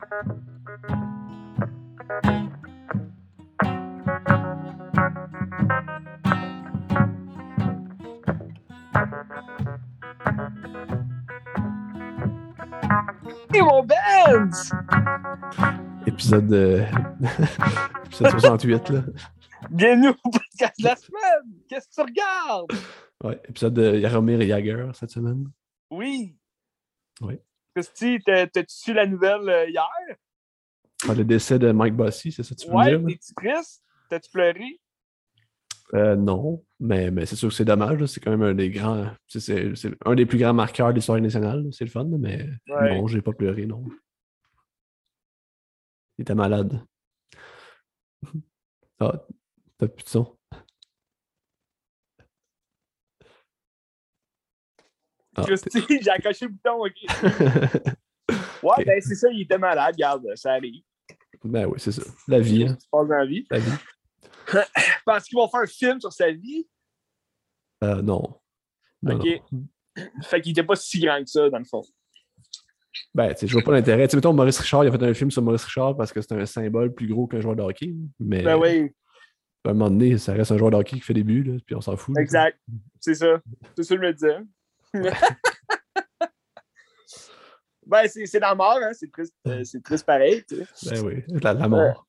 Hey, mon Benz! Épisode, épisode 68, là. Bienvenue au podcast de la semaine! Qu'est-ce que tu regardes? Ouais, épisode de Jaromir et Jagr cette semaine. Oui. Oui. Christy, t'as-tu su la nouvelle hier? Ah, le décès de Mike Bossy, c'est ça que tu veux me dire? Ouais, t'es-tu triste? T'as-tu pleuré? Non, mais c'est sûr que c'est dommage. Là. C'est quand même un des grands. C'est un des plus grands marqueurs de l'histoire nationale. Là. C'est le fun, là, mais Ouais. non, j'ai pas pleuré, non. Il était malade. Ah, t'as plus de son. Ah, Christy, j'ai accroché le bouton, ok. Ouais, Ok. ben c'est ça, il était malade, regarde, ça arrive. Ben oui, c'est ça. La vie, hein. Ça se passe dans la vie. La vie. Parce qu'ils vont faire un film sur sa vie. Non. Non, Ok. non. Fait qu'il était pas si grand que ça, dans le fond. Ben, tu sais, je vois pas l'intérêt. Tu sais, mettons, Maurice Richard, il a fait un film sur Maurice Richard parce que c'est un symbole plus gros qu'un joueur de hockey. Mais Ben oui, à un moment donné, ça reste un joueur de hockey qui fait des buts, là, puis on s'en fout. exact. C'est ça. C'est ça que je me disais. Ben, c'est la mort, hein. C'est triste pareil, tu sais. Ben oui, la mort.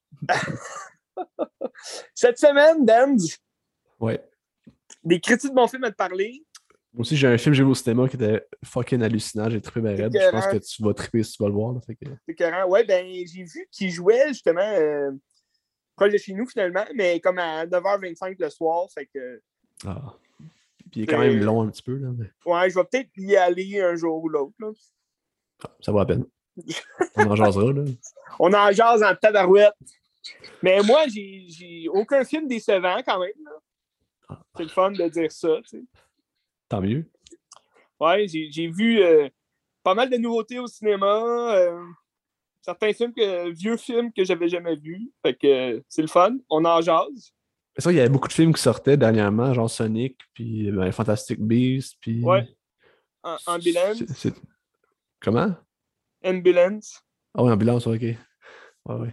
Cette semaine, Benz, Ouais. des critiques de mon film à te parler. Moi aussi, j'ai un film que j'ai vu au cinéma qui était fucking hallucinant. J'ai trippé ma raide. Je pense que tu vas tripper si tu vas le voir. Là, fait que... C'est écœurant. Ouais, ben, j'ai vu qu'il jouait justement proche de chez nous finalement, mais comme à 9h25 le soir. Fait que. Ah. Puis il est quand même long un petit peu. Là, mais... Ouais, je vais peut-être y aller un jour ou l'autre. Là. Ah, ça vaut la peine. On en jasera. Là. On en jase en tabarouette. Mais moi, j'ai aucun film décevant quand même. Là. Ah. C'est le fun de dire ça, tu sais. Tant mieux. Ouais, j'ai vu pas mal de nouveautés au cinéma. Certains films vieux films que j'avais jamais vus. Fait que c'est le fun. On en jase. C'est vrai qu'il y avait beaucoup de films qui sortaient dernièrement, genre Sonic, puis ben, Fantastic Beasts, puis... Ouais. Ambulance. Comment? Ambulance. Ah oui, Ambulance, ok. Ouais, ouais.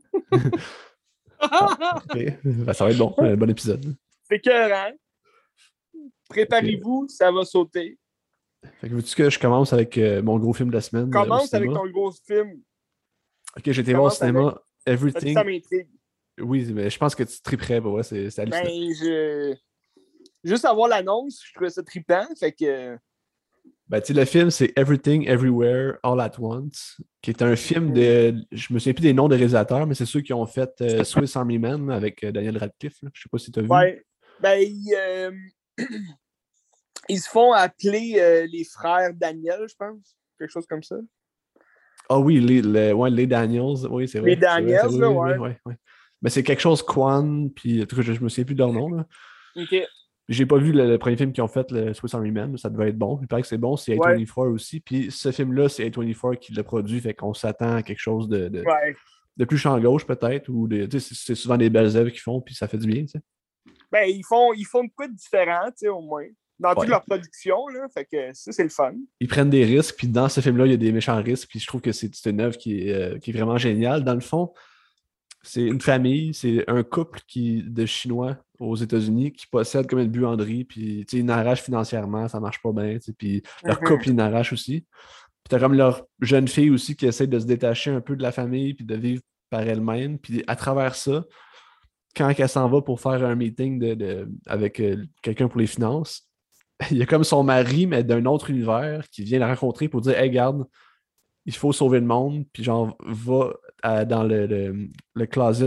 Ah, ok. Ben, ça va être bon. Un bon épisode. C'est écœurant. Préparez-vous, ça va sauter. Fait que veux-tu que je commence avec mon gros film de la semaine? Commence avec ton gros film. Ok, j'ai été voir au cinéma Everything. Ça m'intrigue. Oui, mais je pense que tu triperais, bah ouais, c'est hallucinant. Ben, juste avoir l'annonce, je trouvais ça trippant. Fait que. Ben, tu sais, le film, c'est Everything, Everywhere, All at Once, qui est un film de. Je me souviens plus des noms des réalisateurs, mais c'est ceux qui ont fait Swiss Army Man avec Daniel Radcliffe. Là. Je sais pas si tu as vu. Ouais. Ben, ils se font appeler les frères Daniel, je pense. Quelque chose comme ça. Ah oui, les Daniels. Oui, c'est vrai. Les Daniels, c'est vrai, là, oui, ouais. Ouais. Mais c'est quelque chose Quan, puis en tout cas, je me souviens plus de leur nom. Là. OK. J'ai pas vu le premier film qu'ils ont fait, le Swiss Army Man, mais ça devait être bon. Il paraît que c'est bon, c'est A24 aussi. Puis ce film-là, c'est A24 qui l'a produit, fait qu'on s'attend à quelque chose de plus champ gauche peut-être, ou c'est souvent des belles œuvres qu'ils font, puis ça fait du bien, tu sais. Ben, ils font de quoi de différent, tu sais, au moins. Dans toute leur production, là. Fait que ça, c'est le fun. Ils prennent des risques, puis dans ce film-là, il y a des méchants risques, puis je trouve que c'est une œuvre qui est vraiment géniale. Dans le fond, c'est une famille, c'est un couple de Chinois aux États-Unis qui possède comme une buanderie, puis ils n'arrachent financièrement, ça marche pas bien, puis leur couple, ils n'arrachent aussi. Puis t'as comme leur jeune fille aussi qui essaie de se détacher un peu de la famille, puis de vivre par elle-même, puis à travers ça, quand elle s'en va pour faire un meeting avec quelqu'un pour les finances, il y a comme son mari, mais d'un autre univers, qui vient la rencontrer pour dire « Hey, garde, il faut sauver le monde, puis genre, va dans le closet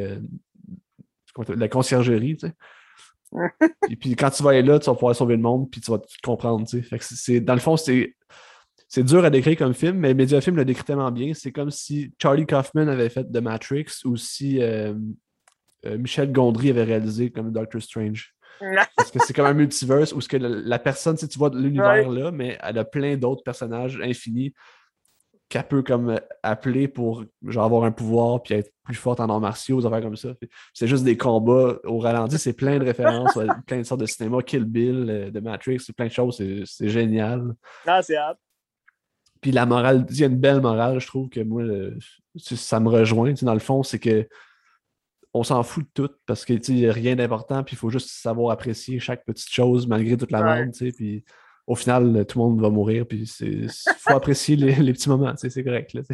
la conciergerie, tu sais. Et puis quand tu vas aller là, tu vas pouvoir sauver le monde, puis tu vas te comprendre, tu sais. Fait que dans le fond, c'est dur à décrire comme film, mais Mediafilm le décrit tellement bien. C'est comme si Charlie Kaufman avait fait The Matrix ou si Michel Gondry avait réalisé comme Doctor Strange. Parce que c'est comme un multiverse où la personne, tu vois l'univers là, mais elle a plein d'autres personnages infinis qu'elle peut comme appeler pour genre avoir un pouvoir puis être plus forte en arts martiaux, des affaires comme ça. C'est juste des combats au ralenti, c'est plein de références, plein de sortes de cinéma, Kill Bill, de Matrix, c'est plein de choses, c'est génial. Ah, c'est hâte. Puis la morale, il y a une belle morale, je trouve que moi, ça me rejoint. Dans le fond, c'est que on s'en fout de tout parce que il n'y a rien d'important, puis il faut juste savoir apprécier chaque petite chose malgré toute la Ouais. merde, puis au final, tout le monde va mourir, puis faut apprécier les petits moments, c'est correct. Là,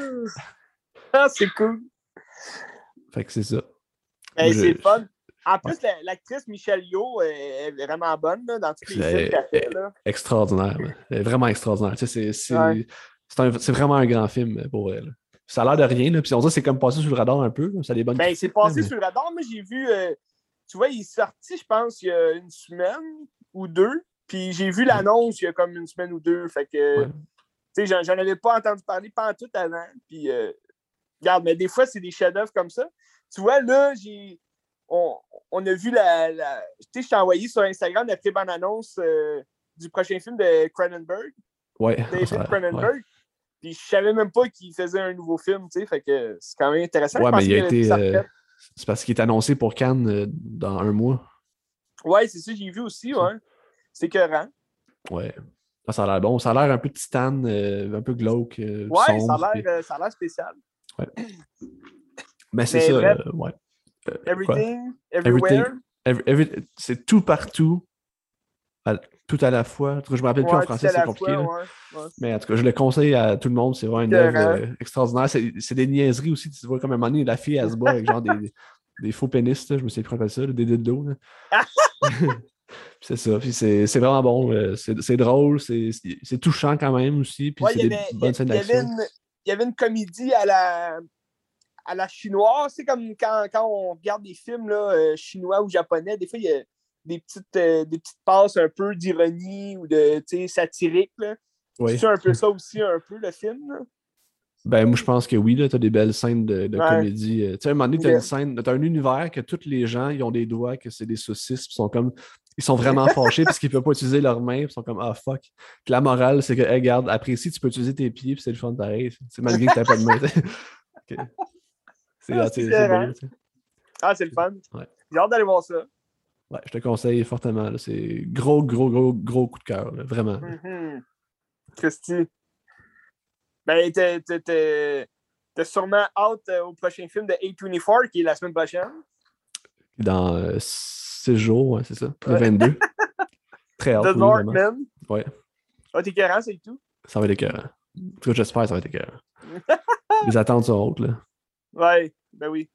Ah, c'est cool. fait que c'est ça. Moi, Hey, c'est le fun. En ouais. plus, l'actrice Michelle Yeoh est vraiment bonne là, dans tous les films C'est qu'elle fait. Là. extraordinaire. Man. Elle est vraiment extraordinaire. Ouais. C'est vraiment un grand film pour elle. Ça a l'air de rien, là, puis on dirait que c'est comme passé sous le radar un peu. Là. Ça a des bonnes Ben, c'est critiques. Là, passé mais... sur le radar. Moi, j'ai vu, tu vois, il est sorti, je pense, il y a une semaine ou deux. Puis j'ai vu Ouais. l'annonce il y a comme une semaine ou deux. Fait que, Ouais. tu sais, j'en avais pas entendu parler pas tout avant. Puis, regarde, mais des fois, c'est des chefs-d'œuvre comme ça. Tu vois, là, on, on a vu tu sais, je t'ai envoyé sur Instagram la très bonne annonce du prochain film de Cronenberg, Ouais. David Ouais. Cronenberg. Puis je savais même pas qu'il faisait un nouveau film, tu sais, fait que c'est quand même intéressant. Je Ouais, mais pensais il a qu'il avait pris été. sa retraite. C'est parce qu'il est annoncé pour Cannes dans un mois. Ouais, c'est ça, j'ai vu aussi, Ça. ouais. C'est écœurant. Ouais. Ah, ça a l'air bon. Ça a l'air un peu titane, un peu glauque, Ouais, sombre. Puis... ça a l'air spécial. Ouais. Mais c'est Mais ça. bref, Ouais. Quoi? Everything, Everything. Everywhere. C'est tout partout, tout à la fois. En tout cas, je me rappelle plus en Ouais, tout français, à c'est la compliqué. fois, Là. ouais. Ouais. Mais en tout cas, je le conseille à tout le monde. C'est vraiment une œuvre Écœurant. extraordinaire. C'est des niaiseries aussi. Tu vois, comme à un moment donné, la fille, elle se bat avec genre des faux pénis. Là. Je me sais plus comment on appelle ça, là, des dildos. Là. C'est ça. Puis c'est vraiment bon. C'est drôle. C'est touchant quand même aussi. Puis Ouais, c'est des bonnes scènes d'action. il y avait une comédie à la chinoise. C'est comme quand on regarde des films là, chinois ou japonais, des fois, il y a des petites passes un peu d'ironie ou de satirique. Là. Oui. C'est un peu ça aussi, un peu, le film. Là? Ben, moi, je pense que oui, là, t'as des belles scènes de Ouais. comédie. Tu sais, à un moment donné, t'as une Ok. scène, t'as un univers que tous les gens, ils ont des doigts, que c'est des saucisses, puis ils sont vraiment fâchés parce qu'ils peuvent pas utiliser leurs mains, puis ils sont comme, ah, fuck. Puis la morale, c'est que, hey, regarde, apprécie, tu peux utiliser tes pieds, puis c'est le fun pareil. C'est malgré que t'as pas de main. Ok. Ah, c'est C'est écœurant. beau, tu sais. Ah, c'est le fun. Ouais. J'ai hâte d'aller voir ça. Ouais, je te conseille fortement. Là. C'est gros, gros, gros, gros coup de cœur, là, vraiment. Mm-hmm. Christy. Ben, t'as sûrement hâte au prochain film de A24 qui est la semaine prochaine. Dans 6 jours, ouais, c'est ça. Le Ouais. 22. Très hâte, The oui, vraiment. Northman. Ouais, Ah, t'es écœurant, c'est tout. ça va être écœurant. En tout cas, j'espère que ça va être écœurant. Les attentes sont hautes, là. Ouais, ben oui.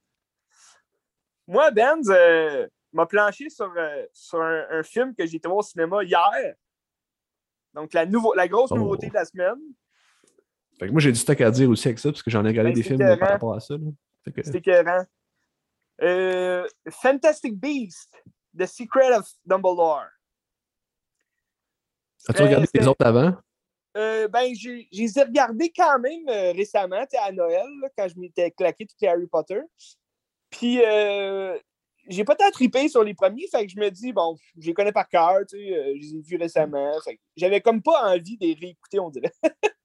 Moi, Benz, m'a planché sur un film que j'ai été voir au cinéma hier. Donc, la grosse nouveauté Oh. de la semaine. Fait que moi, j'ai du stock à dire aussi avec ça, parce que j'en ai regardé Ben, des c'est films par écœurant. rapport à ça. Là. Fait que... C'est écœurant. Fantastic Beasts, The Secret of Dumbledore. As-tu regardé les autres avant? Ben, je les ai regardés quand même récemment, à Noël, là, quand je m'étais claqué tous les Harry Potter. Puis, j'ai pas tant trippé sur les premiers, fait que je me dis, bon, je les connais par cœur, je les ai vus récemment. Fait que j'avais comme pas envie de les réécouter, on dirait.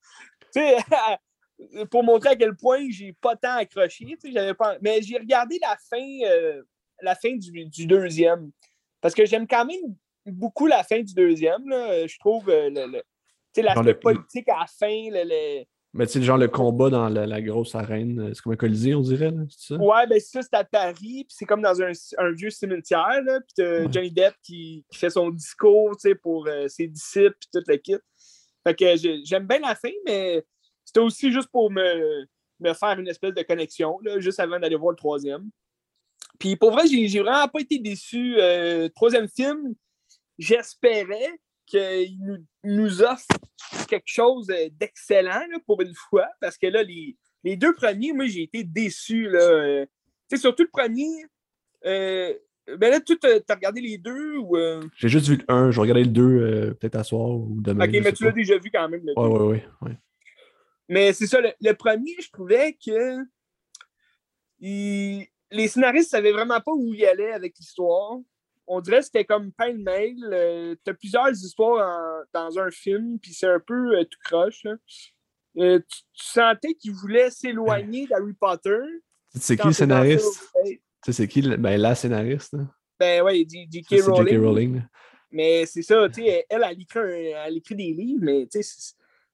Pour montrer à quel point j'ai pas tant accroché, j'avais pas... Mais j'ai regardé la fin du deuxième. Parce que j'aime quand même beaucoup la fin du deuxième. Là. Je trouve Genre l'aspect politique à la fin. Mais tu sais, genre le combat dans la grosse arène, c'est comme un colisée, on dirait, là, c'est ça? Ouais, ben ça, c'est à Paris, puis c'est comme dans un vieux cimetière, là, puis t'as Ouais. Johnny Depp qui fait son discours, pour ses disciples, puis tout le kit. Fait que j'aime bien la fin, mais c'était aussi juste pour me faire une espèce de connexion, là, juste avant d'aller voir le troisième. Puis pour vrai, j'ai vraiment pas été déçu. Troisième film, j'espérais qu'il nous offre quelque chose d'excellent là, pour une fois, parce que là, les deux premiers, moi, j'ai été déçu. Là. Surtout le premier. Ben là, tu as regardé les deux ou. J'ai juste vu le 1, je vais regarder le 2 peut-être à soir ou demain. Ok, mais tu l'as déjà vu quand même, le deux. Ouais. Mais c'est ça, le premier, je trouvais que les scénaristes savaient vraiment pas où ils allaient avec l'histoire. On dirait que c'était comme pêle-mêle. T'as plusieurs histoires dans un film, puis c'est un peu tout croche. Tu sentais qu'ils voulaient s'éloigner d'Harry Potter. C'est qui le scénariste? Tu sais, c'est qui la scénariste? Là? Ben ouais, J.K. C'est Rowling. J.K. Rowling. Mais c'est ça, tu sais, elle écrit des livres, mais tu sais, c'est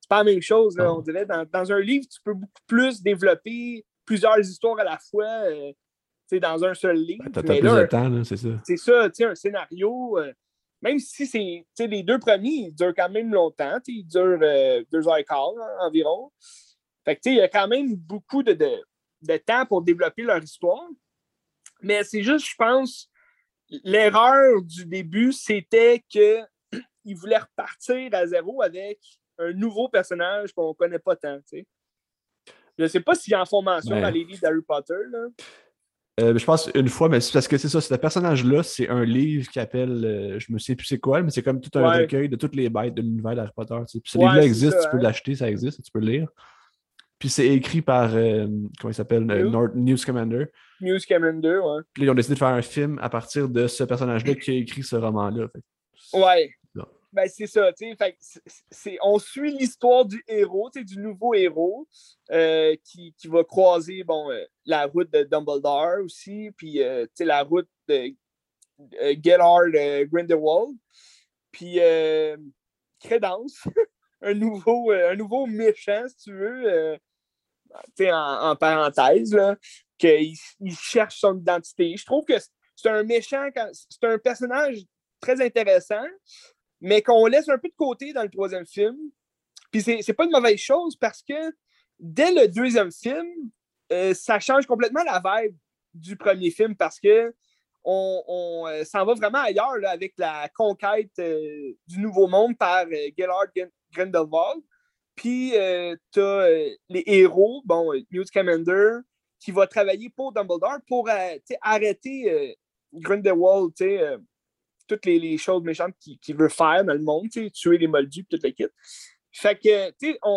pas la même chose, là, Non. on dirait. Dans un livre, tu peux beaucoup plus développer plusieurs histoires à la fois dans un seul livre. T'as Mais plus de là, temps, là, c'est ça. c'est ça, un scénario, même si c'est les deux premiers, ils durent quand même longtemps. Ils durent 2h15 environ. Fait que il y a quand même beaucoup de temps pour développer leur histoire. Mais c'est juste, je pense, l'erreur du début, c'était qu'ils voulaient repartir à zéro avec un nouveau personnage qu'on ne connaît pas tant. T'sais. Je ne sais pas s'ils en font mention dans les livres d'Harry Potter. Là. Je pense une fois, mais c'est parce que c'est ça, ce personnage-là, c'est un livre qui appelle, je me sais plus c'est quoi, mais c'est comme tout un recueil de toutes les bêtes de l'univers d'Harry Potter. Puis ce livre-là existe, ça, tu peux l'acheter, ça existe, tu peux le lire. Puis c'est écrit par, comment il s'appelle, Newt Scamander. Newt Scamander, ouais. Puis là, ils ont décidé de faire un film à partir de ce personnage-là qui a écrit ce roman-là. Ouais. Ben, c'est ça, tu sais. On suit l'histoire du héros, du nouveau héros qui va croiser la route de Dumbledore aussi, puis la route de Gellard Grindelwald. Puis Crédence, un nouveau méchant, si tu veux, en parenthèse, là, qu'il cherche son identité. Je trouve que c'est un méchant, c'est un personnage très intéressant, mais qu'on laisse un peu de côté dans le troisième film. Puis c'est pas une mauvaise chose parce que dès le deuxième film, ça change complètement la vibe du premier film parce que on s'en va vraiment ailleurs là, avec la conquête du Nouveau Monde par Gellard Grindelwald. Puis t'as les héros, Newt Scamander, qui va travailler pour Dumbledore pour arrêter Grindelwald, toutes les choses méchantes qu'il veut faire dans le monde, tuer les moldus et toute la kit. Fait que,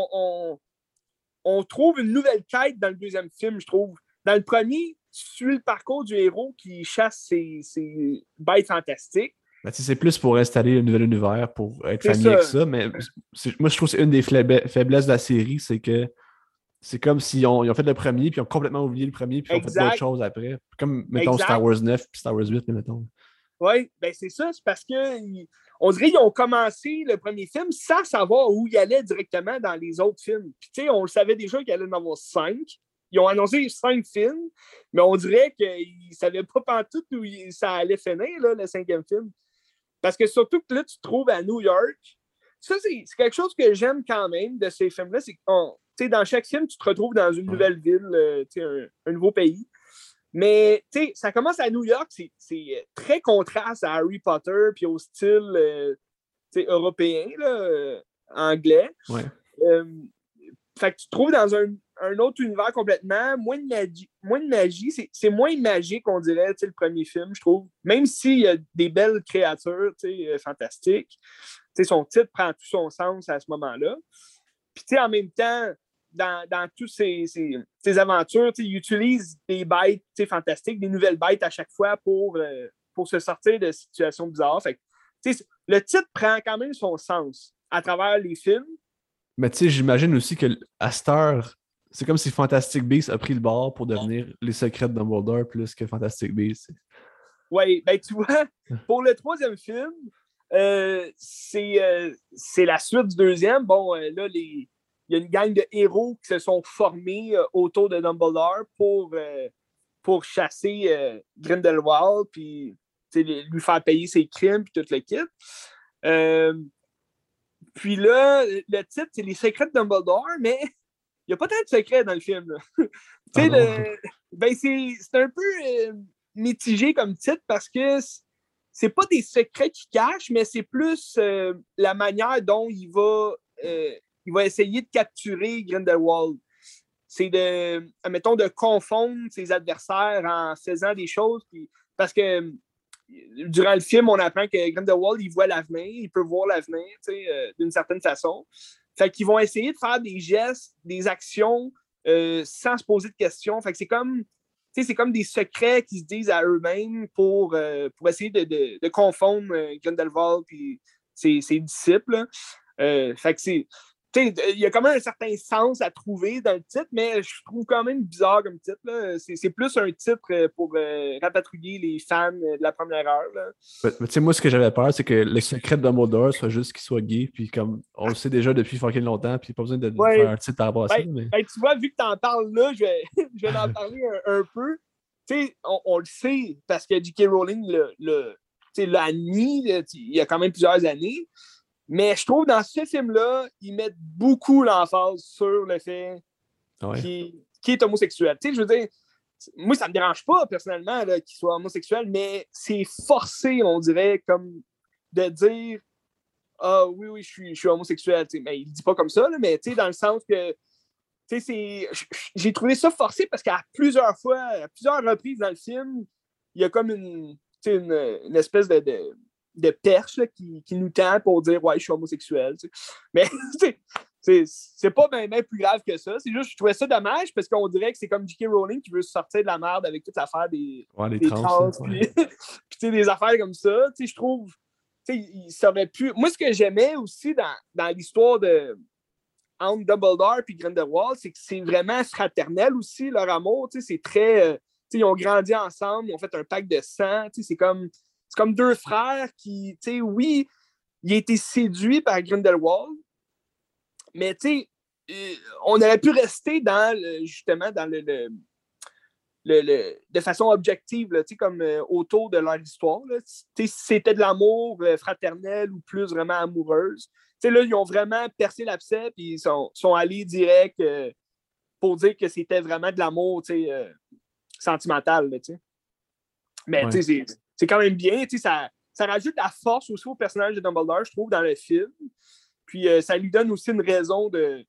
on trouve une nouvelle quête dans le deuxième film, je trouve. Dans le premier, tu suis le parcours du héros qui chasse ses bêtes fantastiques. Ben, c'est plus pour installer un nouvel univers, pour être familier avec ça, mais moi, je trouve que c'est une des faiblesses de la série, c'est que c'est comme s'ils ont fait le premier, puis ils ont complètement oublié le premier, puis ils ont fait d'autres choses après. Comme, mettons, Star Wars 9 puis Star Wars 8, mettons. Oui, ben c'est ça, c'est parce que on dirait qu'ils ont commencé le premier film sans savoir où ils allaient directement dans les autres films. Puis tu sais, on le savait déjà qu'il allait en avoir 5. Ils ont annoncé 5 films, mais on dirait qu'ils ne savaient pas pantoute où ça allait finir, là, le 5e film. Parce que surtout que là, tu te trouves à New York. Ça, c'est quelque chose que j'aime quand même de ces films-là, c'est que dans chaque film, tu te retrouves dans une nouvelle ville, un nouveau pays. Mais, ça commence à New York, c'est très contraste à Harry Potter puis au style, européen, là, anglais. Ouais. Fait que tu te trouves dans un autre univers complètement, moins de magie. C'est moins magique, on dirait, le premier film, je trouve. Même s'il y a des belles créatures, fantastiques. Son titre prend tout son sens à ce moment-là. Puis, en même temps, dans toutes ces aventures, il utilise des bêtes fantastiques, des nouvelles bêtes à chaque fois pour se sortir de situations bizarres. Fait que, le titre prend quand même son sens à travers les films. Mais tu sais, j'imagine aussi qu'à cette heure, c'est comme si Fantastic Beasts a pris le bord pour devenir les secrets de Dumbledore plus que Fantastic Beasts. Oui, ben tu vois, pour le troisième film, c'est la suite du deuxième. Bon, là, il y a une gang de héros qui se sont formés autour de Dumbledore pour chasser Grindelwald, puis lui faire payer ses crimes, puis tout le kit. Puis là, le titre, c'est Les secrets de Dumbledore, mais il n'y a pas tant de secrets dans le film. C'est un peu mitigé comme titre parce que c'est pas des secrets qu'il cache, mais c'est plus la manière dont il va essayer de capturer Grindelwald. C'est de confondre ses adversaires en faisant des choses. Parce que durant le film, on apprend que Grindelwald, il voit l'avenir, il peut voir l'avenir, d'une certaine façon. Fait qu'ils vont essayer de faire des gestes, des actions sans se poser de questions. Fait que c'est comme des secrets qu'ils se disent à eux-mêmes pour essayer de confondre Grindelwald et ses disciples. Fait que il y a quand même un certain sens à trouver dans le titre, mais je trouve quand même bizarre comme titre. Là. C'est plus un titre pour rapatrier les fans de la première heure. Là. Mais tu sais, moi, ce que j'avais peur, c'est que le secret de Dumbledore soit juste qu'il soit gay, puis comme on le sait déjà depuis fucking longtemps, puis pas besoin de faire Ouais. un titre par rapport à ça. Mais... Tu vois, vu que tu en parles là, je vais en parler un peu. Tu sais, on le sait parce que J.K. Rowling l'a admis il y a quand même plusieurs années. Mais je trouve que dans ce film-là, ils mettent beaucoup l'emphase sur le fait qu'il est homosexuel. Tu sais, je veux dire, moi, ça me dérange pas, personnellement, qu'il soit homosexuel, mais c'est forcé, on dirait, comme de dire ah oui, je suis homosexuel. T'sais. Mais il dit pas comme ça, là, mais dans le sens que j'ai trouvé ça forcé parce qu'à plusieurs fois, à plusieurs reprises dans le film, il y a comme une espèce de perche là, qui nous tend pour dire ouais, je suis homosexuel. T'sais. Mais c'est pas bien plus grave que ça. C'est juste je trouvais ça dommage parce qu'on dirait que c'est comme J.K. Rowling qui veut sortir de la merde avec toute l'affaire des trans. Puis des affaires comme ça. Je trouve il saurait pu. Moi, ce que j'aimais aussi dans l'histoire de entre Dumbledore et Grindelwald, c'est que c'est vraiment fraternel aussi, leur amour. C'est très. Ils ont grandi ensemble, ils ont fait un pacte de sang. C'est comme deux frères qui, oui, il a été séduit par Grindelwald, mais on aurait pu rester justement dans de façon objective, là, comme autour de leur histoire. Là. Si c'était de l'amour fraternel ou plus vraiment amoureuse. Là, ils ont vraiment percé l'abcès et ils sont allés direct pour dire que c'était vraiment de l'amour sentimental. Là, mais c'est quand même bien. Ça rajoute de la force aussi au personnage de Dumbledore, je trouve, dans le film. Puis ça lui donne aussi une raison de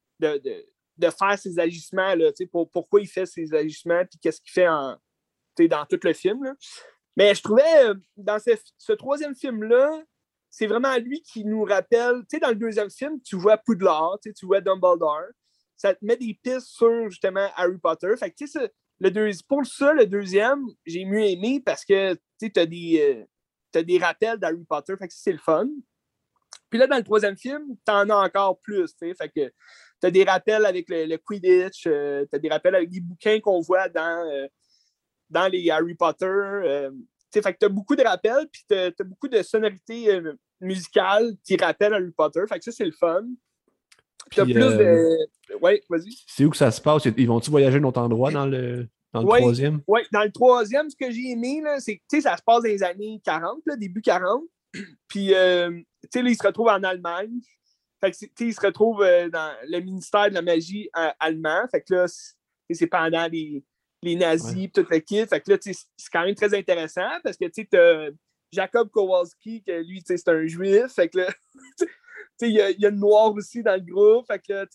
faire ses agissements, là, pourquoi il fait ses agissements et qu'est-ce qu'il fait dans tout le film. Là. Mais je trouvais, dans ce troisième film-là, c'est vraiment lui qui nous rappelle, dans le deuxième film, tu vois Poudlard, tu vois Dumbledore, ça te met des pistes sur, justement, Harry Potter. Fait que, pour ça, le deuxième, j'ai mieux aimé parce que, tu as des rappels d'Harry Potter, fait que c'est le fun. Puis là, dans le troisième film, t'en as encore plus, fait que t'as des rappels avec le Quidditch, t'as des rappels avec des bouquins qu'on voit dans les Harry Potter, fait que t'as beaucoup de rappels, puis t'as beaucoup de sonorités musicales qui rappellent Harry Potter, fait que ça, c'est le fun. Puis t'as plus de... Ouais, vas-y. C'est où que ça se passe? Ils vont-tu voyager d'un autre endroit dans le troisième? Oui, dans le troisième, ce que j'ai aimé, là, c'est que ça se passe dans les années 40, là, début 40. Puis, là, il se retrouve en Allemagne. Fait que, il se retrouve dans le ministère de la magie allemand. Fait que là, c'est pendant les nazis, tout le kit. Fait que là, c'est quand même très intéressant parce que, tu as Jacob Kowalski, que lui, c'est un juif. Fait que là, il y a une noire aussi dans le groupe. Fait que là,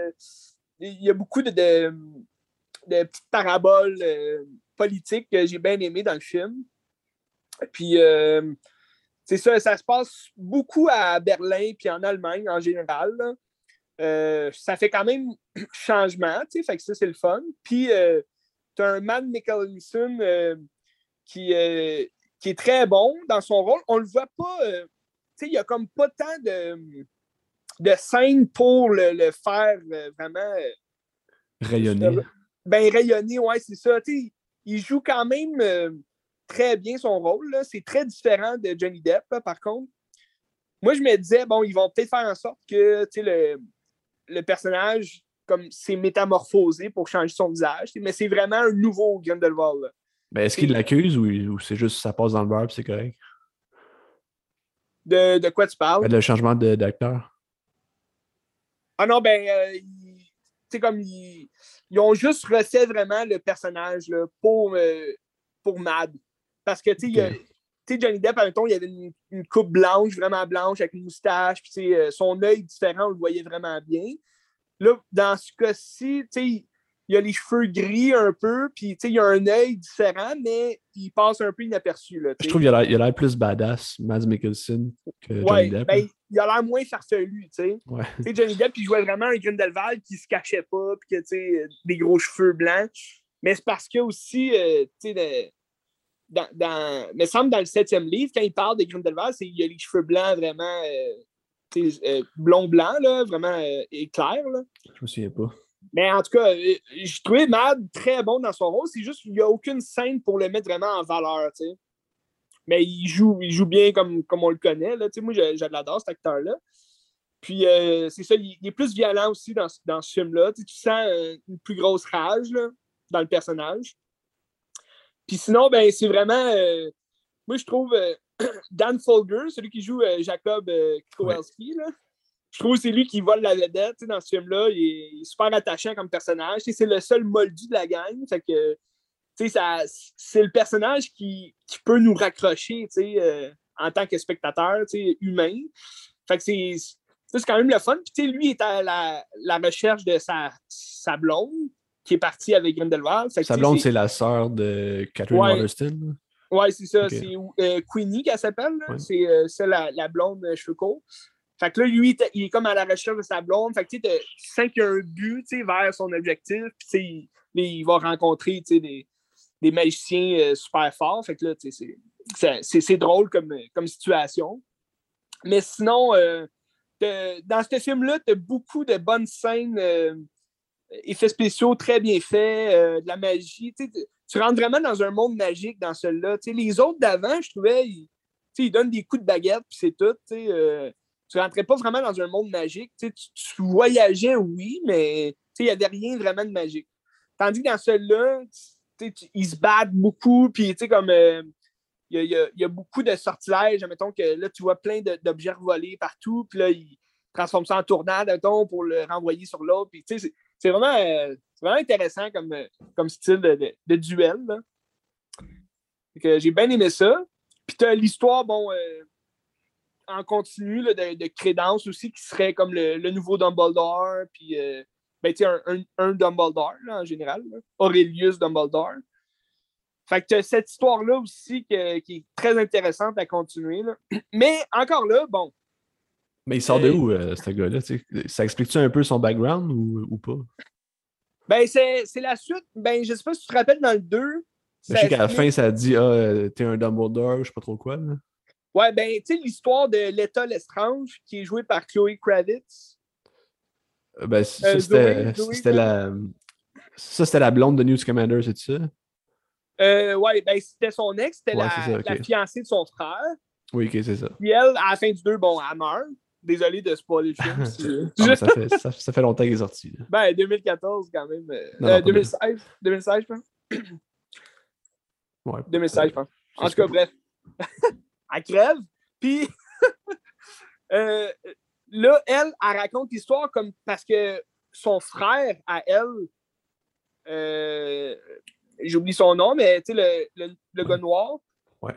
il y a beaucoup de petites paraboles politiques que j'ai bien aimées dans le film. Puis, c'est ça, ça se passe beaucoup à Berlin puis en Allemagne en général. Ça fait quand même changement, fait que ça, c'est le fun. Puis, tu as un Mads Mikkelsen qui est très bon dans son rôle. On le voit pas, il n'y a comme pas tant de scènes pour le faire vraiment rayonner. Rayonner, ouais, c'est ça. Il joue quand même très bien son rôle. Là. C'est très différent de Johnny Depp, là, par contre. Moi, je me disais, bon, ils vont peut-être faire en sorte que le personnage comme s'est métamorphosé pour changer son visage. Mais c'est vraiment un nouveau Grindelwald. Là. Ben, est-ce qu'il l'accuse ou c'est juste ça passe dans le beurre et c'est correct? De quoi tu parles? Ben, le changement d'acteur. Ah non, comme ils ont juste refait vraiment le personnage là, pour Mad. Parce que, tu sais, Johnny Depp, à il y avait une coupe blanche, vraiment blanche, avec une moustache, puis son œil différent, on le voyait vraiment bien. Là, dans ce cas-ci, tu sais, il a les cheveux gris un peu, puis il a un œil différent, mais il passe un peu inaperçu. Là, je trouve qu'il a l'air plus badass, Mads Mikkelsen, que Johnny Depp. Il a l'air moins farfelu. Ouais. Johnny Depp, il jouait vraiment un Grindelwald qui se cachait pas, puis des gros cheveux blancs. Mais c'est parce que aussi, me semble dans le 7e livre, quand il parle de Grindelwald, il a les cheveux blancs vraiment blond-blanc, là, vraiment éclair. Là. Je me souviens pas. Mais en tout cas, j'ai trouvé Mad très bon dans son rôle. C'est juste qu'il n'y a aucune scène pour le mettre vraiment en valeur. T'sais. Mais il joue bien comme on le connaît. Là. Moi, je l'adore, cet acteur-là. Puis, c'est ça, il est plus violent aussi dans ce film-là. Tu sens une plus grosse rage là, dans le personnage. Puis sinon, ben, c'est vraiment... moi, je trouve Dan Folger, celui qui joue Jacob Kowalski, là, je trouve que c'est lui qui vole la vedette dans ce film-là. Il est super attachant comme personnage. C'est le seul moldu de la gang. Fait que, c'est le personnage qui peut nous raccrocher en tant que spectateur humain. Fait que c'est quand même le fun. Puis lui est à la recherche de sa blonde qui est partie avec Grindelwald. Sa blonde, c'est la sœur de Catherine Waterston. Oui, c'est ça. Okay. C'est Queenie qu'elle s'appelle. Ouais. C'est la blonde cheveux courts. Fait que là, lui, il est comme à la recherche de sa blonde. Fait que tu sens qu'il y a un but vers son objectif. Puis il va rencontrer des magiciens super forts. Fait que là, c'est drôle comme situation. Mais sinon, dans ce film-là, tu as beaucoup de bonnes scènes, effets spéciaux très bien faits, de la magie. Tu rentres vraiment dans un monde magique dans celui-là. Les autres d'avant, je trouvais, ils donnent des coups de baguette, puis c'est tout. Tu rentrais pas vraiment dans un monde magique. Tu voyageais, oui, mais il n'y avait rien vraiment de magique. Tandis que dans celui-là, ils se battent beaucoup, puis comme il y a beaucoup de sortilèges. Admettons que là, tu vois plein d'objets volés partout, puis là, ils transforment ça en tornade, admettons, pour le renvoyer sur l'autre. Puis c'est vraiment intéressant comme style de duel. Là. J'ai bien aimé ça. Puis tu as l'histoire, bon... en continu là, de Crédence aussi, qui serait comme le nouveau Dumbledore, puis un Dumbledore là, en général, là. Aurelius Dumbledore. Fait que cette histoire-là aussi qui est très intéressante à continuer. Là. Mais encore là, bon. Mais il sort de où, ce gars-là? Ça explique-tu un peu son background ou pas? Ben, c'est la suite. Ben, je sais pas si tu te rappelles dans le 2. Je sais qu'à la fin, ça dit t'es un Dumbledore, je sais pas trop quoi. Là. Ouais, ben, tu sais, l'histoire de Leta Lestrange, qui est jouée par Chloé Kravitz. Ben, c'était la blonde de Newt Scamander, c'est ça? Ouais, ben, c'était son ex, c'était la fiancée de son frère. Oui, ok, c'est ça. Puis elle, à la fin du 2, bon, elle meurt. Désolé de spoiler le film. Ça fait longtemps qu'il est sorti. Là. Ben, 2014 quand même. Non, 2016, je pense. Ouais, 2016, je pense. En tout cas, bref. Elle crève. Puis là, elle raconte l'histoire comme parce que son frère, à elle, j'oublie son nom, mais tu sais, le gars noir. Ouais.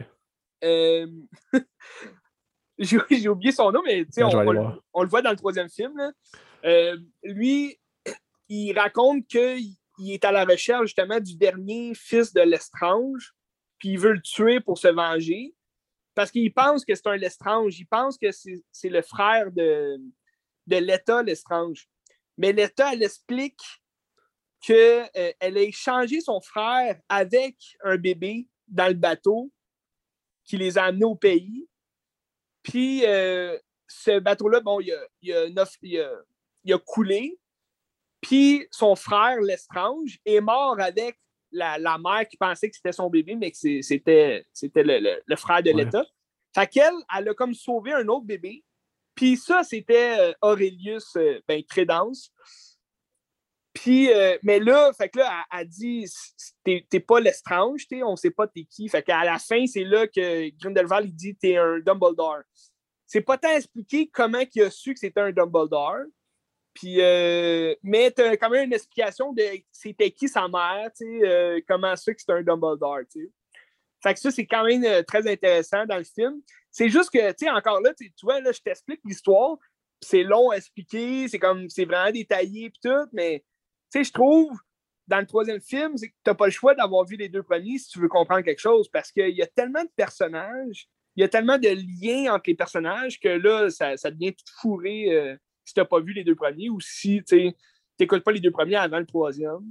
J'ai oublié son nom, mais on le voit dans le 3e film. Là. Lui, il raconte qu'il est à la recherche justement du dernier fils de Lestrange, puis il veut le tuer pour se venger, parce qu'il pense que c'est un Lestrange. Il pense que c'est le frère de Leta Lestrange. Mais Leta, elle explique qu'elle a échangé son frère avec un bébé dans le bateau qui les a amenés au pays. Puis, ce bateau-là, bon, il a coulé. Puis, son frère, Lestrange, est mort avec la mère qui pensait que c'était son bébé, mais que c'était le frère de Leta. Fait qu'elle, elle a comme sauvé un autre bébé. Puis ça, c'était Aurelius Crédence. Puis, mais là, fait que là, elle dit t'es pas Lestrange, on sait pas t'es qui. Fait qu'à la fin, c'est là que Grindelwald il dit t'es un Dumbledore. C'est pas tant expliqué comment il a su que c'était un Dumbledore. Puis, mais t'as quand même une explication de c'était qui sa mère, comment ça que c'est un Dumbledore. T'sais. Fait que ça, c'est quand même très intéressant dans le film. C'est juste que, tu sais, encore là, tu vois, là, je t'explique l'histoire, c'est long à expliquer, c'est vraiment détaillé et tout, mais tu sais, je trouve, dans le 3e film, c'est que tu n'as pas le choix d'avoir vu les 2 premiers si tu veux comprendre quelque chose, parce qu'il y a tellement de personnages, il y a tellement de liens entre les personnages que là, ça devient tout fourré si tu n'as pas vu les 2 premiers ou si tu n'écoutes pas les 2 premiers avant le 3e.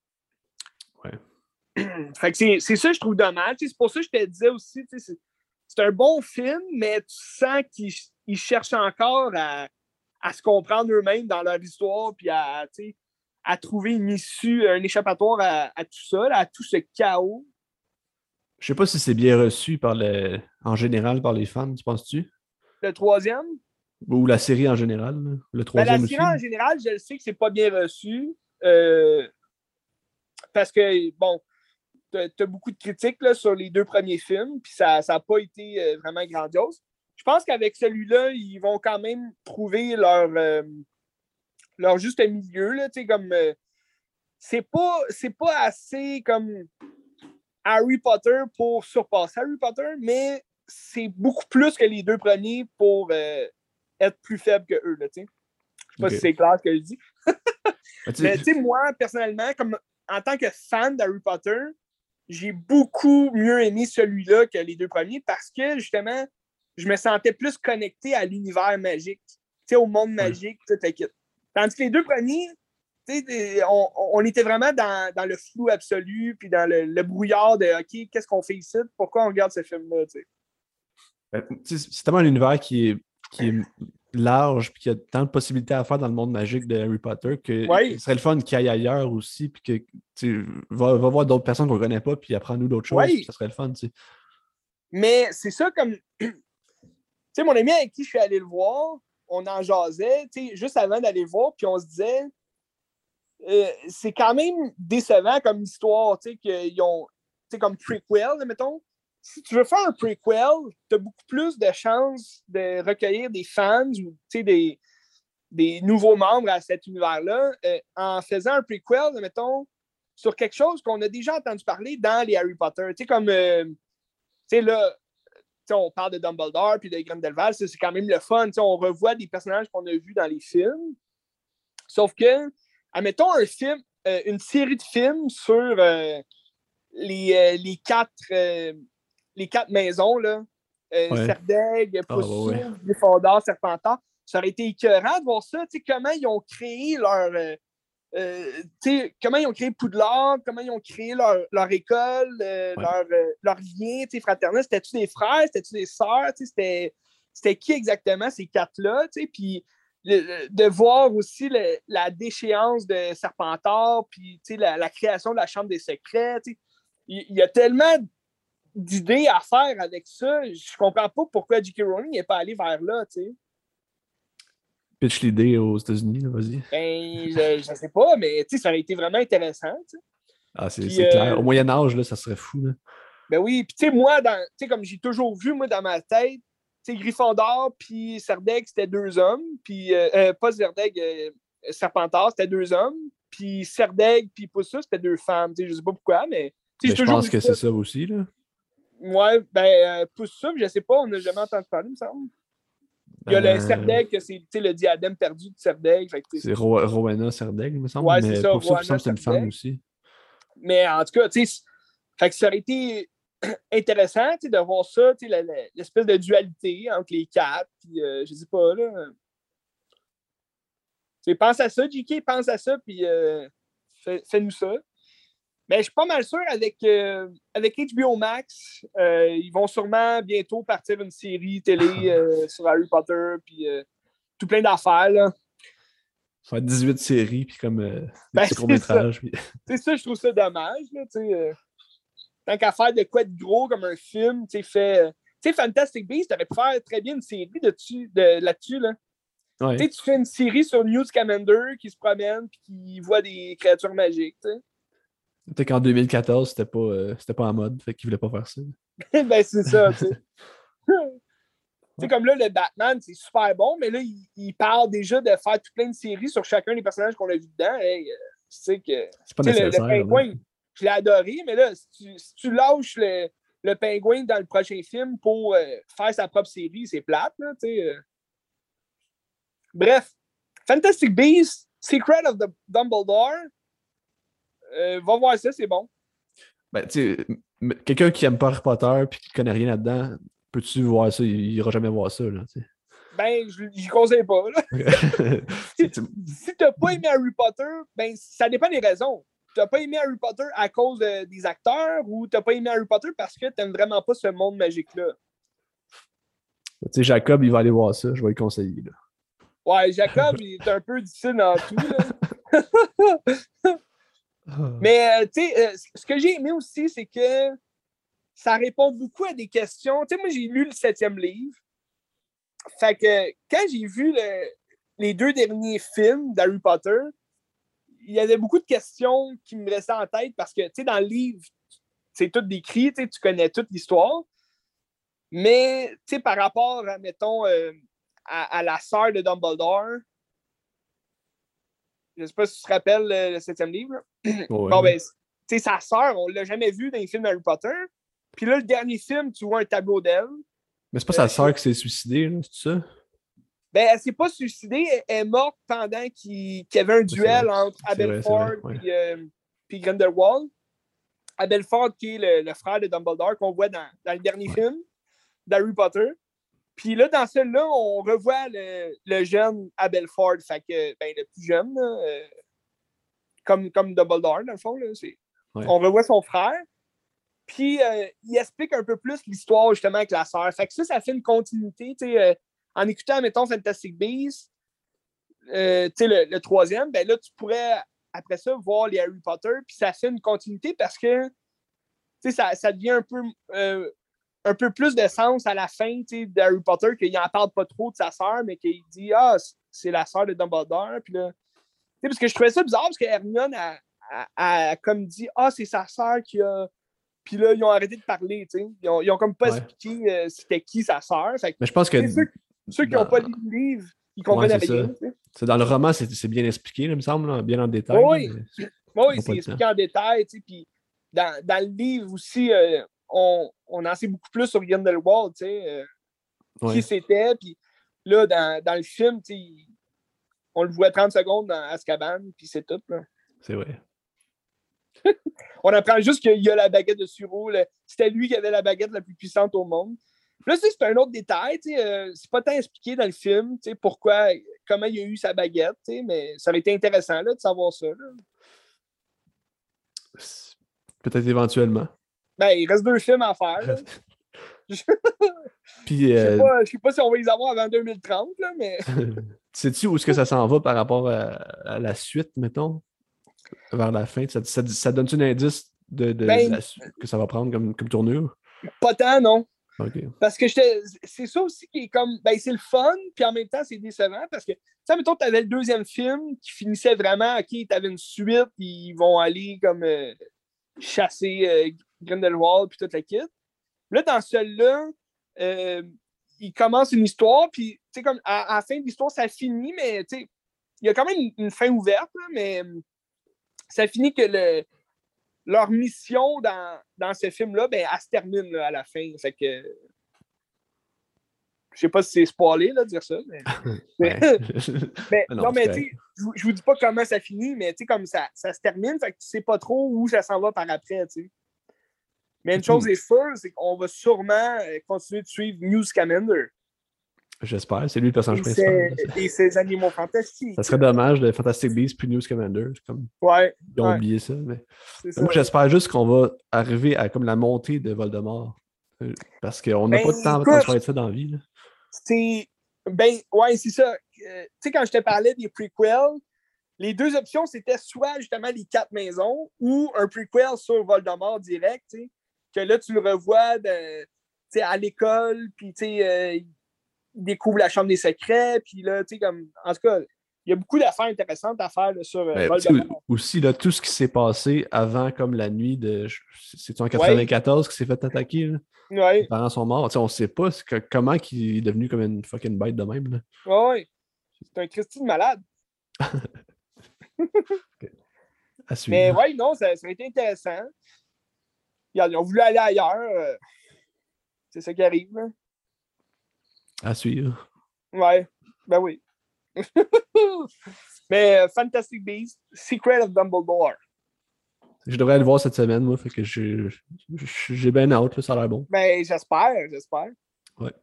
Ouais. Fait que c'est ça, je trouve dommage. C'est pour ça que je te disais aussi, c'est un bon film, mais tu sens qu'ils cherchent encore à se comprendre eux-mêmes dans leur histoire, puis à trouver une issue, un échappatoire à tout ça, là, à tout ce chaos. Je sais pas si c'est bien reçu en général par les fans, tu penses-tu? Le troisième, Ou la série en général, là. Le ben, la troisième série aussi. en général, je le sais que c'est pas bien reçu. Parce que, bon, t'as beaucoup de critiques là, sur les 2 premiers films, puis ça n'a pas été vraiment grandiose. Je pense qu'avec celui-là, ils vont quand même trouver leur juste milieu, là, comme c'est pas assez comme Harry Potter pour surpasser Harry Potter, mais c'est beaucoup plus que les 2 premiers pour être plus faible que eux, là, tu sais. Je sais pas si c'est clair ce que je dis. Mais tu sais, moi, personnellement, comme en tant que fan d'Harry Potter, j'ai beaucoup mieux aimé celui-là que les 2 premiers parce que, justement, je me sentais plus connecté à l'univers magique, au monde magique, tout t'inquiète. Tandis que les 2 premiers, on était vraiment dans le flou absolu, puis dans le brouillard de OK, qu'est-ce qu'on fait ici? Pourquoi on regarde ce film-là? C'est tellement un univers qui est large, puis qu'il y a tant de possibilités à faire dans le monde magique de Harry Potter que ce serait le fun qu'il aille ailleurs aussi, puis que va voir d'autres personnes qu'on ne connaît pas, puis apprendre-nous d'autres choses, puis ça serait le fun. Mais c'est ça comme. Tu sais, mon ami avec qui je suis allé le voir, on en jasait, juste avant d'aller le voir, puis on se disait. C'est quand même décevant comme histoire, qu'ils ont, comme prequel, mettons. Si tu veux faire un prequel, tu as beaucoup plus de chances de recueillir des fans ou des nouveaux membres à cet univers-là en faisant un prequel, mettons, sur quelque chose qu'on a déjà entendu parler dans les Harry Potter. Tu sais, comme, là, on parle de Dumbledore puis de Grindelwald, c'est quand même le fun. On revoit des personnages qu'on a vus dans les films. Sauf que, admettons une série de films sur les 4 maisons, là, Serdaigle, Poussouf, Gryffondor, Serpentard. Ça aurait été écœurant de voir ça, comment ils ont créé comment ils ont créé Poudlard, comment ils ont créé leur école, leur lien fraternel. C'était-tu des frères, c'était-tu des sœurs, c'était qui exactement ces 4-là, puis de voir aussi la déchéance de Serpentard, puis la création de la Chambre des secrets. Il y a tellement d'idées à faire avec ça. Je comprends pas pourquoi J.K. Rowling n'est pas allé vers là. Pitch l'idée aux États-Unis, vas-y. Ben, je sais pas, mais ça aurait été vraiment intéressant. Ah, c'est clair. Au Moyen-Âge, là, ça serait fou. Là. Ben oui, puis moi, comme j'ai toujours vu, moi, dans ma tête, Gryffondor puis Serdaigle, c'était 2 hommes. Puis, pas Serdaigle, Serpentard, c'était 2 hommes. Puis Serdaigle puis Poussouf, c'était 2 femmes. Je sais pas pourquoi, mais... je pense que c'est ça aussi, là. Ouais, ben, Poussouf, je sais pas, on n'a jamais entendu parler, il me semble. Il y a le Serdaigle, que c'est le diadème perdu de Serdaigle. C'est Rowena Serdaigle, il me semble. Ouais, mais c'est ça, Poussouf, c'est une femme aussi. Mais en tout cas, ça aurait été intéressant de voir ça, l'espèce de dualité entre les 4. Puis, je sais pas, là. Pense à ça, JK, pense à ça, puis fais-nous ça. Mais je suis pas mal sûr avec HBO Max, ils vont sûrement bientôt partir une série télé sur Harry Potter, puis tout plein d'affaires, là. Faire 18 séries, puis comme des petits courts-métrages. Puis... C'est ça, je trouve ça dommage, là, tant qu'à faire de quoi de gros comme un film, fait... Fantastic Beasts, t'aurais pu faire très bien une série là-dessus, là. Ouais. Tu fais une série sur Newt Scamander qui se promène et qui voit des créatures magiques. Peut-être qu'en 2014, c'était pas en mode, fait qu'ils voulaient pas faire ça. Ben, c'est ça, tu sais. Comme là, le Batman, c'est super bon, mais là, il parle déjà de faire tout plein de séries sur chacun des personnages qu'on a vus dedans. Hey, tu sais que. C'est pas nécessaire. Le pingouin, je l'ai adoré, mais là, si tu lâches le pingouin dans le prochain film pour faire sa propre série, c'est plate, là, tu sais. Bref, Fantastic Beasts, Secret of the Dumbledore, va voir ça, c'est bon. Ben, tu sais, quelqu'un qui aime pas Harry Potter et qui connaît rien là-dedans, peux-tu voir ça? Il ira jamais voir ça, là, t'sais. Ben, j'y conseille pas, là. Si t'as pas aimé Harry Potter, ben, ça dépend des raisons. T'as pas aimé Harry Potter à cause des acteurs ou t'as pas aimé Harry Potter parce que t'aimes vraiment pas ce monde magique-là? Tu sais, Jacob, il va aller voir ça, je vais lui conseiller. Là. Ouais, Jacob, il est un peu difficile dans tout, là. Mais, tu sais, ce que j'ai aimé aussi, c'est que ça répond beaucoup à des questions. Tu sais, moi, j'ai lu le 7e livre. Fait que quand j'ai vu les 2 derniers films d'Harry Potter, il y avait beaucoup de questions qui me restaient en tête parce que, tu sais, dans le livre, c'est tout décrit, tu connais toute l'histoire. Mais, tu sais, par rapport, mettons, à la sœur de Dumbledore, je sais pas si tu te rappelles le 7e livre. Ouais. Bon, ben, tu sais, sa sœur, on l'a jamais vue dans les films d'Harry Potter. Puis là, le dernier film, tu vois un tableau d'elle. Mais c'est pas sa sœur qui s'est suicidée, là, c'est ça? Ben, elle s'est pas suicidée, elle est morte pendant qu'il y avait un duel entre Aberforth et Grindelwald. Aberforth, qui est le frère de Dumbledore, qu'on voit dans le dernier film d'Harry Potter. Puis là, dans celui-là, on revoit le jeune Aberforth, fait que, ben, le plus jeune, là, comme Dumbledore, dans le fond. Là, on revoit son frère. Puis, il explique un peu plus l'histoire, justement, avec la sœur. Fait que ça fait une continuité, tu sais. En écoutant, mettons, Fantastic Beasts, le 3e, ben là, tu pourrais, après ça, voir les Harry Potter, puis ça fait une continuité parce que ça devient un peu plus de sens à la fin d'Harry Potter, qu'il n'en parle pas trop de sa sœur, mais qu'il dit « Ah, c'est la sœur de Dumbledore. » Puis là, parce que je trouvais ça bizarre, parce que Hermione a comme dit « Ah, c'est sa sœur qui a... » Puis là, ils ont arrêté de parler, tu sais. Ils ont comme pas expliqué c'était qui sa sœur. Mais je pense que... Ceux qui n'ont pas lu le livre, ils comprennent rien. C'est dans le roman, c'est bien expliqué, là, il me semble, là, bien en détail. Oui, c'est expliqué en détail. Puis dans le livre aussi, on en sait beaucoup plus sur Grindelwald, qui c'était. Puis là, dans le film, on le voit 30 secondes dans Azkaban, puis c'est tout. Là. C'est vrai. On apprend juste qu'il y a la baguette de Suro. C'était lui qui avait la baguette la plus puissante au monde. Là, c'est un autre détail. C'est pas tant expliqué dans le film comment il a eu sa baguette, mais ça aurait été intéressant là, de savoir ça. Là. Peut-être éventuellement. Ben, il reste 2 films à faire. Puis, je sais pas si on va les avoir avant 2030, là, mais. Sais-tu où est-ce que ça s'en va par rapport à la suite, mettons? Vers la fin? Ça donne-tu un indice de la suite que ça va prendre comme tournure? Pas tant, non. Okay. Parce que c'est ça aussi qui est comme. Ben, c'est le fun, puis en même temps, c'est décevant parce que, mettons, tu avais le 2e film qui finissait vraiment, OK, tu avais une suite, puis ils vont aller comme chasser Grindelwald, puis toute la kit. Là, dans celui-là, il commence une histoire, puis, comme à la fin de l'histoire, ça finit, mais, il y a quand même une fin ouverte, là, mais ça finit que leur mission dans ce film-là, ben, elle se termine là, à la fin. Fait que. Je sais pas si c'est spoilé de dire ça, mais. Non, mais je vous dis pas comment ça finit, mais comme ça se termine, fait que tu sais pas trop où ça s'en va par après, tu sais. Mais une chose est sûre, c'est qu'on va sûrement continuer de suivre Newt Scamander. J'espère, c'est lui le personnage principal. Et ses animaux fantastiques. Ça serait dommage de Fantastic Beasts puis Newt Scamander. Comme... Ils ont oublié ça. Mais moi, j'espère juste qu'on va arriver à comme la montée de Voldemort. Parce qu'on n'a pas de temps pour faire ça dans la vie. Là. C'est ça. Tu sais, quand je te parlais des prequels, les 2 options, c'était soit justement les 4 maisons ou un prequel sur Voldemort direct, tu sais, que là, tu le revois à l'école, puis il découvre la chambre des secrets, puis là, tu sais, comme, en tout cas, il y a beaucoup d'affaires intéressantes à faire là, sur Voldemort. Aussi, là, tout ce qui s'est passé avant, comme la nuit de... C'est-tu en 94 qui s'est fait attaquer, là? Ouais. Les parents sont morts. T'sais, on sait pas comment il est devenu comme une fucking bête de même. Là. Oui. C'est un Christine malade. À suivre. Mais oui, non, ça a été intéressant. Ils ont voulu aller ailleurs. C'est ça qui arrive. Là. À suivre. Ouais, ben oui. Mais Fantastic Beasts, Secret of Dumbledore. Je devrais aller le voir cette semaine, moi, fait que j'ai bien hâte, ça a l'air bon. Ben, j'espère. Ouais.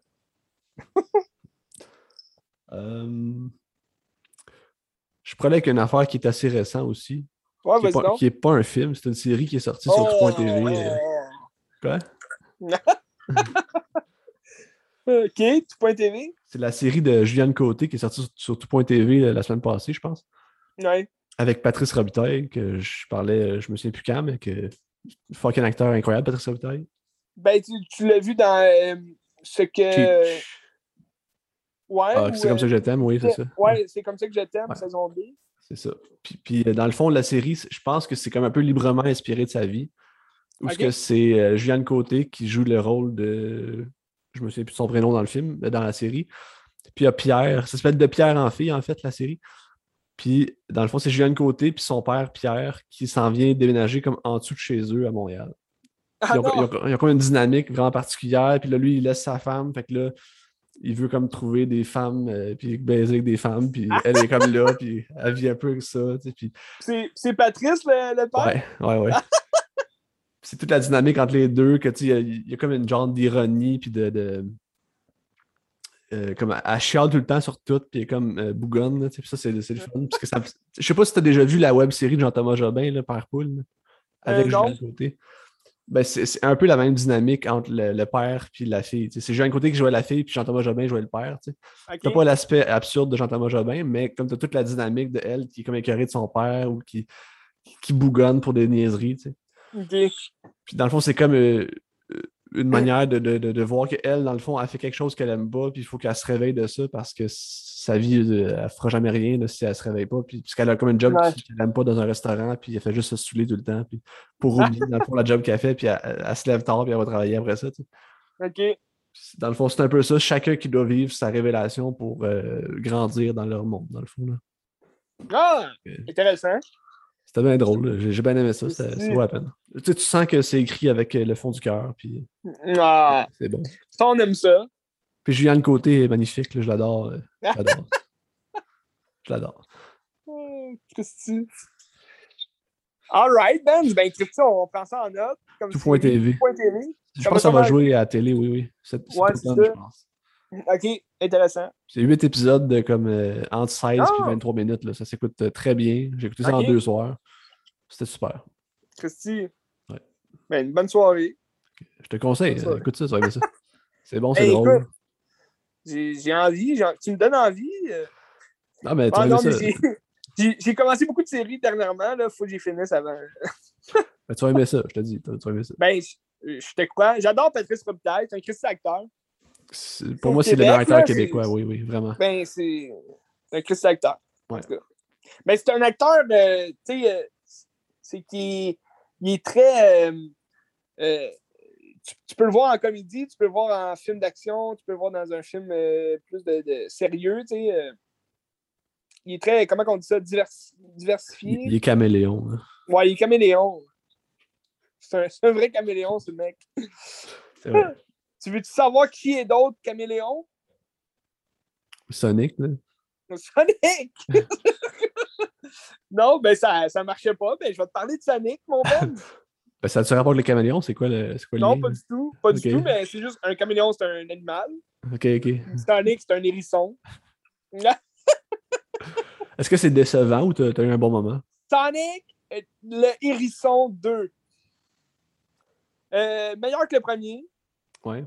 Je prenais avec une affaire qui est assez récente aussi. Ouais, qui n'est pas un film, c'est une série qui est sortie sur Tout.tv. Quoi? OK, tout.tv. C'est la série de Juliane Côté qui est sortie sur tout.tv la semaine passée, je pense. Ouais. Avec Patrice Robitaille, que je parlais, je me souviens plus quand, mais que fucking acteur incroyable, Patrice Robitaille. Ben, tu l'as vu dans ce que. Cheech. Ouais, Ah, ou. c'est comme ça que je t'aime, oui, c'est ça. Ouais, c'est comme ça que je t'aime, Ouais, saison 2. c'est ça. Puis, dans le fond, la série, je pense que c'est comme un peu librement inspiré de sa vie. Ou ce que OK. c'est Juliane Côté qui joue le rôle de. Je me souviens plus de son prénom dans le film, mais dans la série. Puis il y a Pierre. Ça s'appelle De Pierre en fille, en fait, la série. Puis, dans le fond, c'est Juliane Côté puis son père, Pierre, qui s'en vient déménager comme en dessous de chez eux à Montréal. Puis Ah non! ils ont comme une dynamique vraiment particulière. Puis là, lui, il laisse sa femme. Fait que là, il veut comme trouver des femmes, puis baiser avec des femmes. Puis elle est comme là, puis elle vit un peu avec ça. Tu sais, puis... C'est Patrice, le père? Ouais. C'est toute la dynamique entre les deux, que tu sais, il y a comme une genre d'ironie, puis comme elle chiale tout le temps sur tout, puis elle est comme bougonne, là, tu sais, puis ça, c'est le fun. Parce que ça, je sais pas si tu as déjà vu la web série de Jean-Thomas Jobin, là, Père Poule, là, avec Non. Julien Côté. Ben, c'est un peu la même dynamique entre le père puis la fille. Tu sais. C'est Julien Côté qui jouait la fille, puis Jean-Thomas Jobin jouait le père. Tu sais. T'as OK. pas l'aspect absurde de Jean-Thomas Jobin, mais comme t'as toute la dynamique de elle qui est comme écœurée de son père ou qui bougonne pour des niaiseries. Tu sais. OK. Puis dans le fond, c'est comme une manière de voir qu'elle, dans le fond, elle fait quelque chose qu'elle aime pas, puis il faut qu'elle se réveille de ça parce que sa vie, elle fera jamais rien là, si elle se réveille pas. Puis, puisqu'elle a comme un job Ouais. qu'elle aime pas dans un restaurant, puis elle fait juste se saouler tout le temps, puis pour oublier, dans le fond, la job qu'elle fait, puis elle se lève tard, puis elle va travailler après ça. Tu sais. OK. Dans le fond, c'est un peu ça. Chacun qui doit vivre sa révélation pour grandir dans leur monde, dans le fond. Là. Ah! Intéressant. C'était bien drôle. Là. J'ai bien aimé ça. Ça Aussi. vaut la peine. Tu sais, tu sens que c'est écrit avec le fond du cœur, puis Ah! c'est bon. Ça, on aime ça. Puis Juliane Côté est magnifique, là, je l'adore. Je l'adore. Je l'adore. Christy. All right, Ben. Ben, Christy, on prend ça en note. Comme série, Tout.tv. tout.tv. Je Ça pense va que ça va comment jouer à la télé, oui. Cet Ouais, c'est automne, je ça. pense. OK, intéressant. C'est 8 épisodes de comme entre 16 et Ah! 23 minutes. Là. Ça s'écoute très bien. J'ai écouté ça en OK, 2 soirs. C'était super. Christy. Ouais. Ben, une bonne soirée. Je te conseille. Bonne soirée. Écoute ça, tu vas aimer ça. C'est bon, c'est Hey, drôle. écoute, j'ai envie. Tu me donnes envie. Non, mais tu vas Ah aimer non, ça. mais j'ai commencé beaucoup de séries dernièrement. Il faut que j'y finisse avant. Ben, tu vas aimer ça, je te dis. Tu vas aimer ça. Ben, je te crois. J'adore Patrice Robitaille. C'est un Christy acteur. Pour Au moi, c'est le Québec, meilleur acteur là, québécois, oui, vraiment. Ben, c'est un Christy acteur. En Ouais. tout cas. Ben, c'est un acteur, tu sais, c'est qu'il il est très. Tu peux le voir en comédie, tu peux le voir en film d'action, tu peux le voir dans un film plus de sérieux, tu sais. Il est très, comment on dit ça, diversifié. Il est caméléon. Hein. Ouais, il est caméléon. C'est un vrai caméléon, ce mec. C'est vrai. Tu veux-tu savoir qui est d'autre caméléon? Sonic, là. Sonic! Non, ben ça marchait pas. Ben, je vais te parler de Sonic, mon Ben. Ben, ça te rapporte les caméléons? C'est quoi le Non, lien? pas du tout. Pas du Ok. tout, mais c'est juste un caméléon, c'est un animal. Ok. Sonic, c'est un hérisson. Est-ce que c'est décevant ou t'as eu un bon moment? Sonic, le hérisson 2. Meilleur que le premier. Ouais.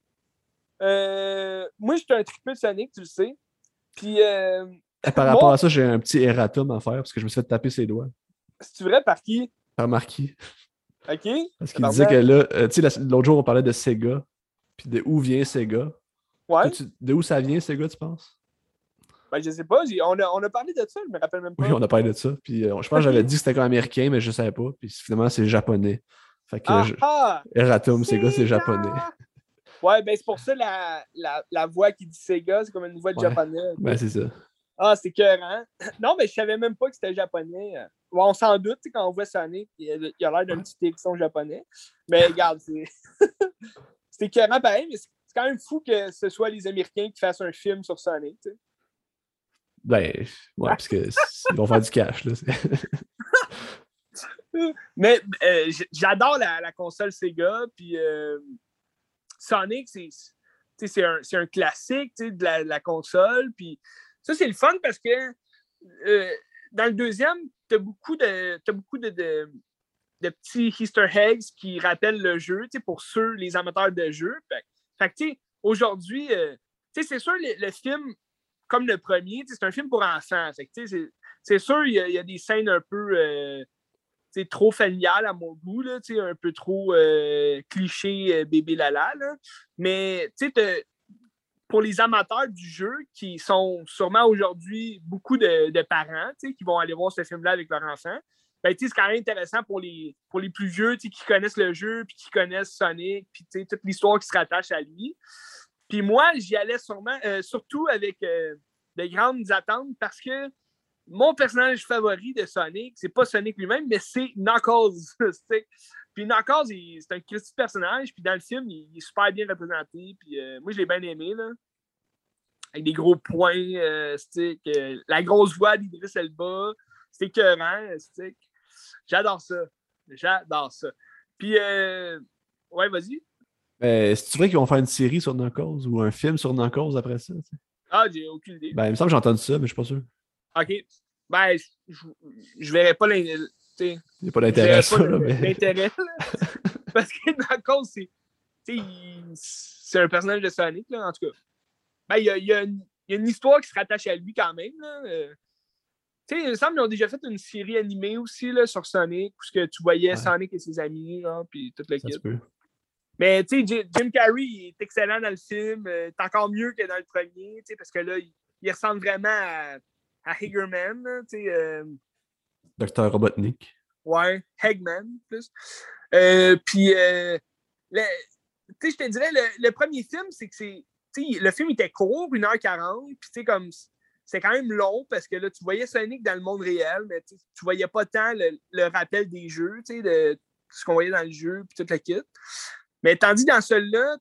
Moi, j'étais un triple de Sonic, tu le sais. Puis, Par rapport à ça, j'ai un petit erratum à faire parce que je me suis fait taper ses doigts. c'est vrai par qui? Par Marquis. OK? Parce qu'il disait que là, tu sais, l'autre jour, on parlait de Sega. Puis de où vient Sega. Ouais. Toi, de où ça vient, Sega, tu penses? Ben, je sais pas. On a parlé de ça, je me rappelle même pas. Oui, on a parlé de ça. Puis je pense que j'avais dit que c'était comme américain, mais je savais pas. Puis finalement, c'est japonais. Fait que erratum, Sega, c'est japonais. Ouais, ben c'est pour ça la voix qui dit Sega, c'est comme une voix de japonais. Ben, c'est ça. Ah, c'est écœurant. Non, mais je savais même pas que c'était japonais. Bon, on s'en doute, quand on voit Sonic, il a l'air d'un petit hérisson japonais. Mais regarde, c'est écœurant pareil, mais c'est quand même fou que ce soit les Américains qui fassent un film sur Sonic, tu sais. Ben, ouais, parce qu'ils vont faire du cash, là. Mais j'adore la console Sega, puis Sonic, c'est un classique de la console, puis ça, c'est le fun parce que dans le deuxième, t'as beaucoup de petits Easter eggs qui rappellent le jeu, pour les amateurs de jeu. Fait que, aujourd'hui, c'est sûr, le film, comme le premier, c'est un film pour enfants. Fait que, c'est sûr, il y a des scènes un peu trop familiales à mon goût, là, un peu trop cliché bébé lala. Là. Mais pour les amateurs du jeu, qui sont sûrement aujourd'hui beaucoup de parents qui vont aller voir ce film-là avec leurs enfants, ben, c'est quand même intéressant pour les plus vieux qui connaissent le jeu, puis qui connaissent Sonic, puis toute l'histoire qui se rattache à lui. Puis moi, j'y allais surtout avec de grandes attentes parce que mon personnage favori de Sonic, c'est pas Sonic lui-même, mais c'est Knuckles. Puis Knuckles, c'est un petit personnage, puis dans le film, il est super bien représenté. Puis moi, je l'ai bien aimé, là. Avec des gros points, la grosse voix d'Idris Elba, c'était écœurant, J'adore ça. Puis, ouais, vas-y. C'est vrai qu'ils vont faire une série sur Knuckles ou un film sur Knuckles après ça? T'sais? Ah, j'ai aucune idée. Ben, il me semble que j'ai entendu ça, mais je suis pas sûr. OK. Ben, je verrais pas l'intérêt. Il n'y a pas d'intérêt à ça, là, mais... L'intérêt, là, parce que Knuckles, c'est un personnage de Sonic, là, en tout cas. Ben, il y a une histoire qui se rattache à lui quand même, là. Il me semble qu'ils ont déjà fait une série animée aussi là, sur Sonic, où tu voyais Sonic et ses amis, puis tout le kit. Mais Jim Carrey il est excellent dans le film, c'est encore mieux que dans le premier, parce que là, il ressemble vraiment à Hagerman. Docteur Robotnik. Ouais, Eggman, plus. Puis, je te dirais, le premier film, c'est que le film était court, 1h40, puis comme c'est quand même long parce que là, tu voyais Sonic dans le monde réel, mais tu voyais pas tant le rappel des jeux, de ce qu'on voyait dans le jeu, puis tout le kit. Mais tandis dans celui-là,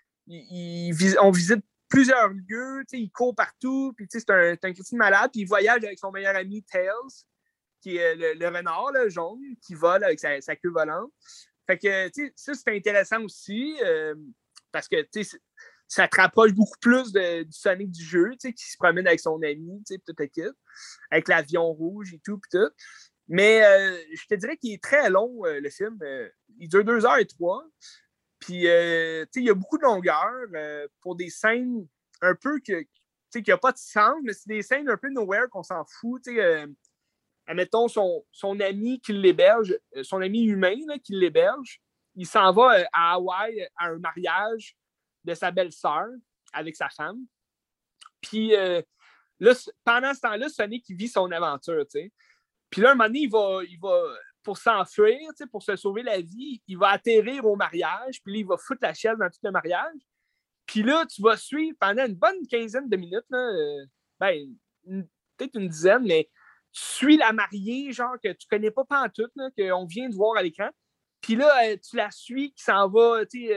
on visite plusieurs lieux, il court partout, puis c'est un Christine malade, puis il voyage avec son meilleur ami Tails, qui est le renard là, jaune, qui vole avec sa queue volante. Fait que, ça, c'est intéressant aussi, parce que, ça te rapproche beaucoup plus du Sonic du jeu, qui se promène avec son ami, puis toute l'équipe, avec l'avion rouge et tout, puis tout. Mais je te dirais qu'il est très long, le film. Il dure 2h03. Puis, il y a beaucoup de longueur pour des scènes un peu qui n'ont pas de sens, mais c'est des scènes un peu nowhere qu'on s'en fout. Admettons, son ami qui l'héberge, son ami humain là, qui l'héberge, il s'en va à Hawaï à un mariage de sa belle-sœur avec sa femme. Puis là, pendant ce temps-là, Sonic il vit son aventure. T'sais. Puis là, un moment donné, il va pour s'enfuir, pour se sauver la vie, il va atterrir au mariage, puis là, il va foutre la chienne dans tout le mariage. Puis là, tu vas suivre pendant une bonne quinzaine de minutes, là, peut-être une dizaine, mais tu suis la mariée, genre que tu connais pas pantoute, là, qu'on vient de voir à l'écran. Puis là, tu la suis qui s'en va, qui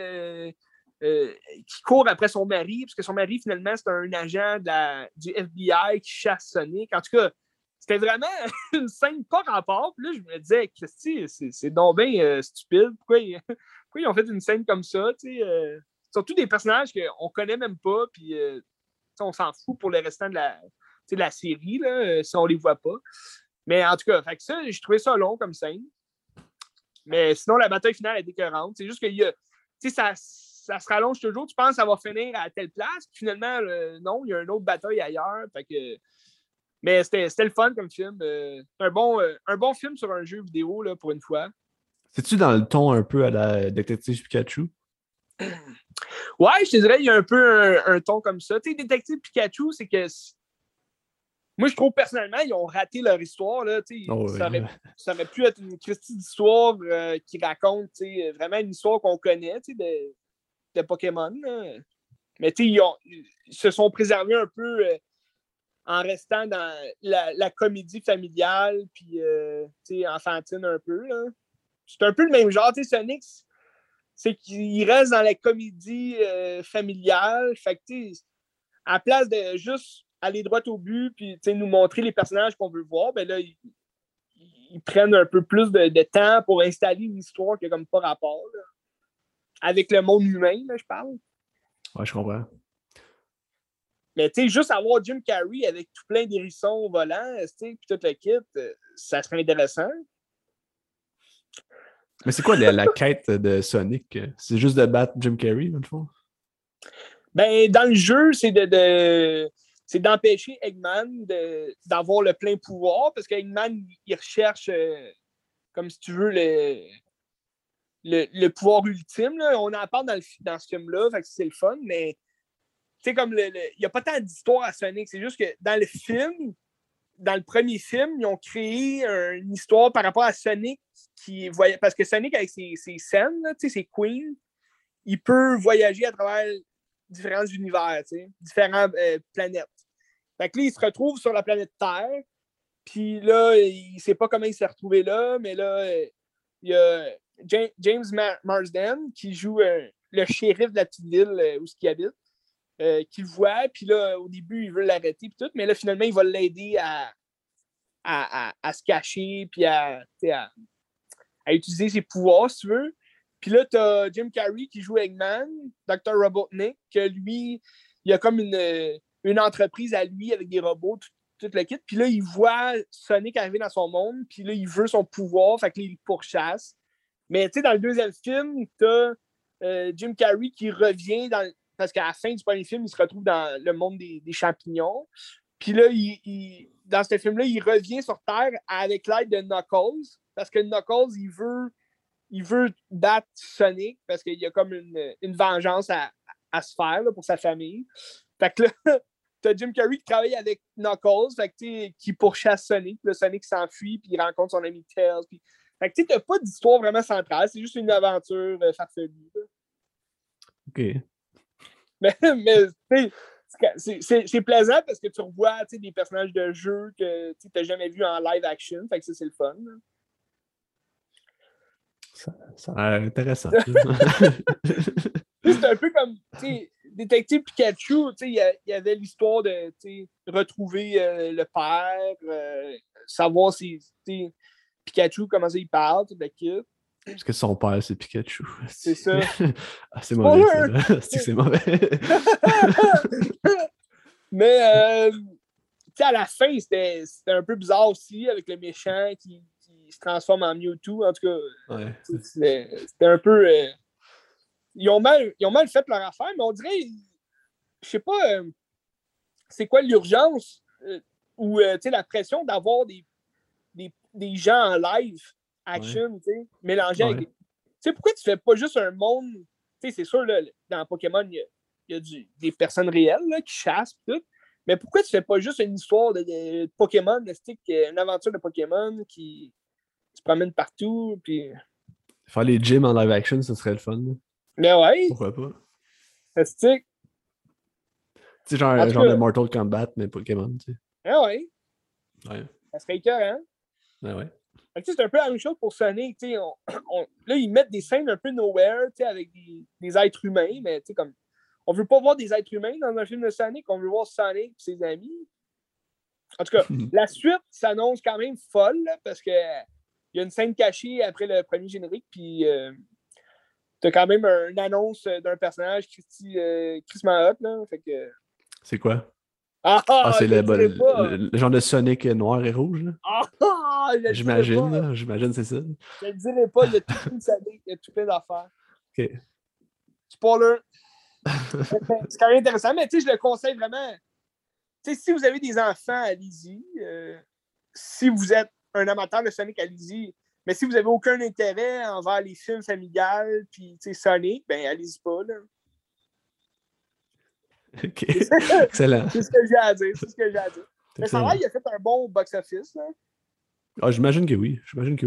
court après son mari, parce que son mari, finalement, c'est un agent du FBI qui chasse Sonic. En tout cas, c'était vraiment une scène pas rapport. Puis là, je me disais, Christy, c'est donc bien stupide. Pourquoi ils ont fait une scène comme ça? Surtout des personnages qu'on connaît même pas, puis on s'en fout pour le restant de la série, là, si on les voit pas. Mais en tout cas, fait que ça, j'ai trouvé ça long comme scène. Mais sinon, la bataille finale est écœurante. C'est juste que ça se rallonge toujours. Tu penses que ça va finir à telle place, puis finalement, non, il y a une autre bataille ailleurs. Fait que... Mais c'était le fun comme film. Un bon film sur un jeu vidéo, là, pour une fois. C'est-tu dans le ton un peu à la Détective Pikachu? Ouais, je te dirais, il y a un peu un ton comme ça. Tu sais, Détective Pikachu, c'est que... Moi, je trouve personnellement, ils ont raté leur histoire. Là, ça aurait pu être une Christie d'histoire qui raconte vraiment une histoire qu'on connaît de Pokémon. Là. Mais ils se sont préservés un peu en restant dans la comédie familiale puis enfantine un peu. Là. C'est un peu le même genre. Sonic, c'est qu'il reste dans la comédie familiale. Fait que, à la place de juste aller droit au but puis nous montrer les personnages qu'on veut voir, ben là, ils prennent un peu plus de temps pour installer une histoire qui n'a comme pas rapport. Là. Avec le monde humain, là, je parle. Ouais, je comprends. Mais juste avoir Jim Carrey avec tout plein d'hérissons volants, puis tout le kit, ça serait intéressant. Mais c'est quoi la quête de Sonic? C'est juste de battre Jim Carrey, dans le fond? Ben, dans le jeu, c'est c'est d'empêcher Eggman d'avoir le plein pouvoir, parce qu'Eggman, il recherche, comme si tu veux, le pouvoir ultime. Là. On en parle dans ce film-là, fait que c'est le fun, mais comme il n'y a pas tant d'histoire à Sonic. C'est juste que dans le premier film, ils ont créé une histoire par rapport à Sonic parce que Sonic, avec ses scènes, là, ses queens, il peut voyager à travers différents univers, différentes planètes. Fait que là, il se retrouve sur la planète Terre, puis là, il ne sait pas comment il s'est retrouvé là, mais là, il y a James Marsden qui joue le shérif de la petite ville où il habite, qui le voit, puis là, au début, il veut l'arrêter, puis tout, mais là, finalement, il va l'aider à se cacher, puis à utiliser ses pouvoirs, si tu veux. Puis là, tu as Jim Carrey qui joue Eggman, Dr. Robotnik, que lui, il a comme une entreprise à lui avec des robots, tout le kit. Puis là, il voit Sonic arriver dans son monde, puis là, il veut son pouvoir, fait que là, il le pourchasse. Mais tu sais, dans le deuxième film, tu as Jim Carrey qui revient parce qu'à la fin du premier film, il se retrouve dans le monde des champignons. Puis là, dans ce film-là, il revient sur Terre avec l'aide de Knuckles, parce que Knuckles, il veut battre Sonic parce qu'il y a comme une vengeance à se faire là, pour sa famille. Fait que là, t'as Jim Carrey qui travaille avec Knuckles, fait que, qui pourchasse Sonic. Le Sonic s'enfuit, puis il rencontre son ami Tails. Puis... Fait que t'as pas d'histoire vraiment centrale, c'est juste une aventure farfelue. OK. Mais c'est plaisant parce que tu revois des personnages de jeu que tu n'as jamais vus en live action. Fait que ça, c'est le fun. Là. Ça a l'air intéressant. C'est un peu comme Détective Pikachu. Il y avait l'histoire de retrouver le père, savoir si Pikachu, comment ça il parle, tout le kit. Parce que son père, c'est Pikachu. C'est ça. Ah, c'est mauvais, ça. C'est mauvais. Mais à la fin, c'était un peu bizarre aussi avec le méchant qui se transforme en Mewtwo. En tout cas, ouais. c'était un peu... ils ont mal fait leur affaire, mais on dirait... Je sais pas c'est quoi l'urgence ou la pression d'avoir des gens en live action, mélangés avec... pourquoi tu fais pas juste un monde... C'est sûr, là, dans Pokémon, il y a des personnes réelles là, qui chassent et tout. Mais pourquoi tu fais pas juste une histoire de Pokémon, une aventure de Pokémon qui se promène partout, puis... Faire les gyms en live action, ce serait le fun. Mais ouais. Pourquoi pas? Mystique. Tu sais, genre de Mortal Kombat, mais Pokémon, tu sais. Ah ouais. Ouais. Ça serait écœurant. Ouais. C'est un peu la même chose pour Sonic. Là, ils mettent des scènes un peu nowhere avec des êtres humains, mais comme on veut pas voir des êtres humains dans un film de Sonic, on veut voir Sonic et ses amis. En tout cas, la suite s'annonce quand même folle là, parce que il y a une scène cachée après le premier générique, puis t'as quand même une annonce d'un personnage Chris Mahot, là. Fait que... C'est quoi? C'est le genre de Sonic noir et rouge, là? J'imagine c'est ça. Je ne le dirai pas, il y a tout plein de Sonic, il y a tout plein d'affaires. OK. Spoiler! C'est quand même intéressant, mais je le conseille vraiment. Si vous avez des enfants, allez-y. Si vous êtes un amateur de Sonic, allez-y. Mais si vous n'avez aucun intérêt envers les films familiales puis Sonic, ben allez-y pas. Là. OK. Excellent. C'est ce que j'ai à dire. Mais ça va, il a fait un bon box-office. Là. Ah, j'imagine que oui.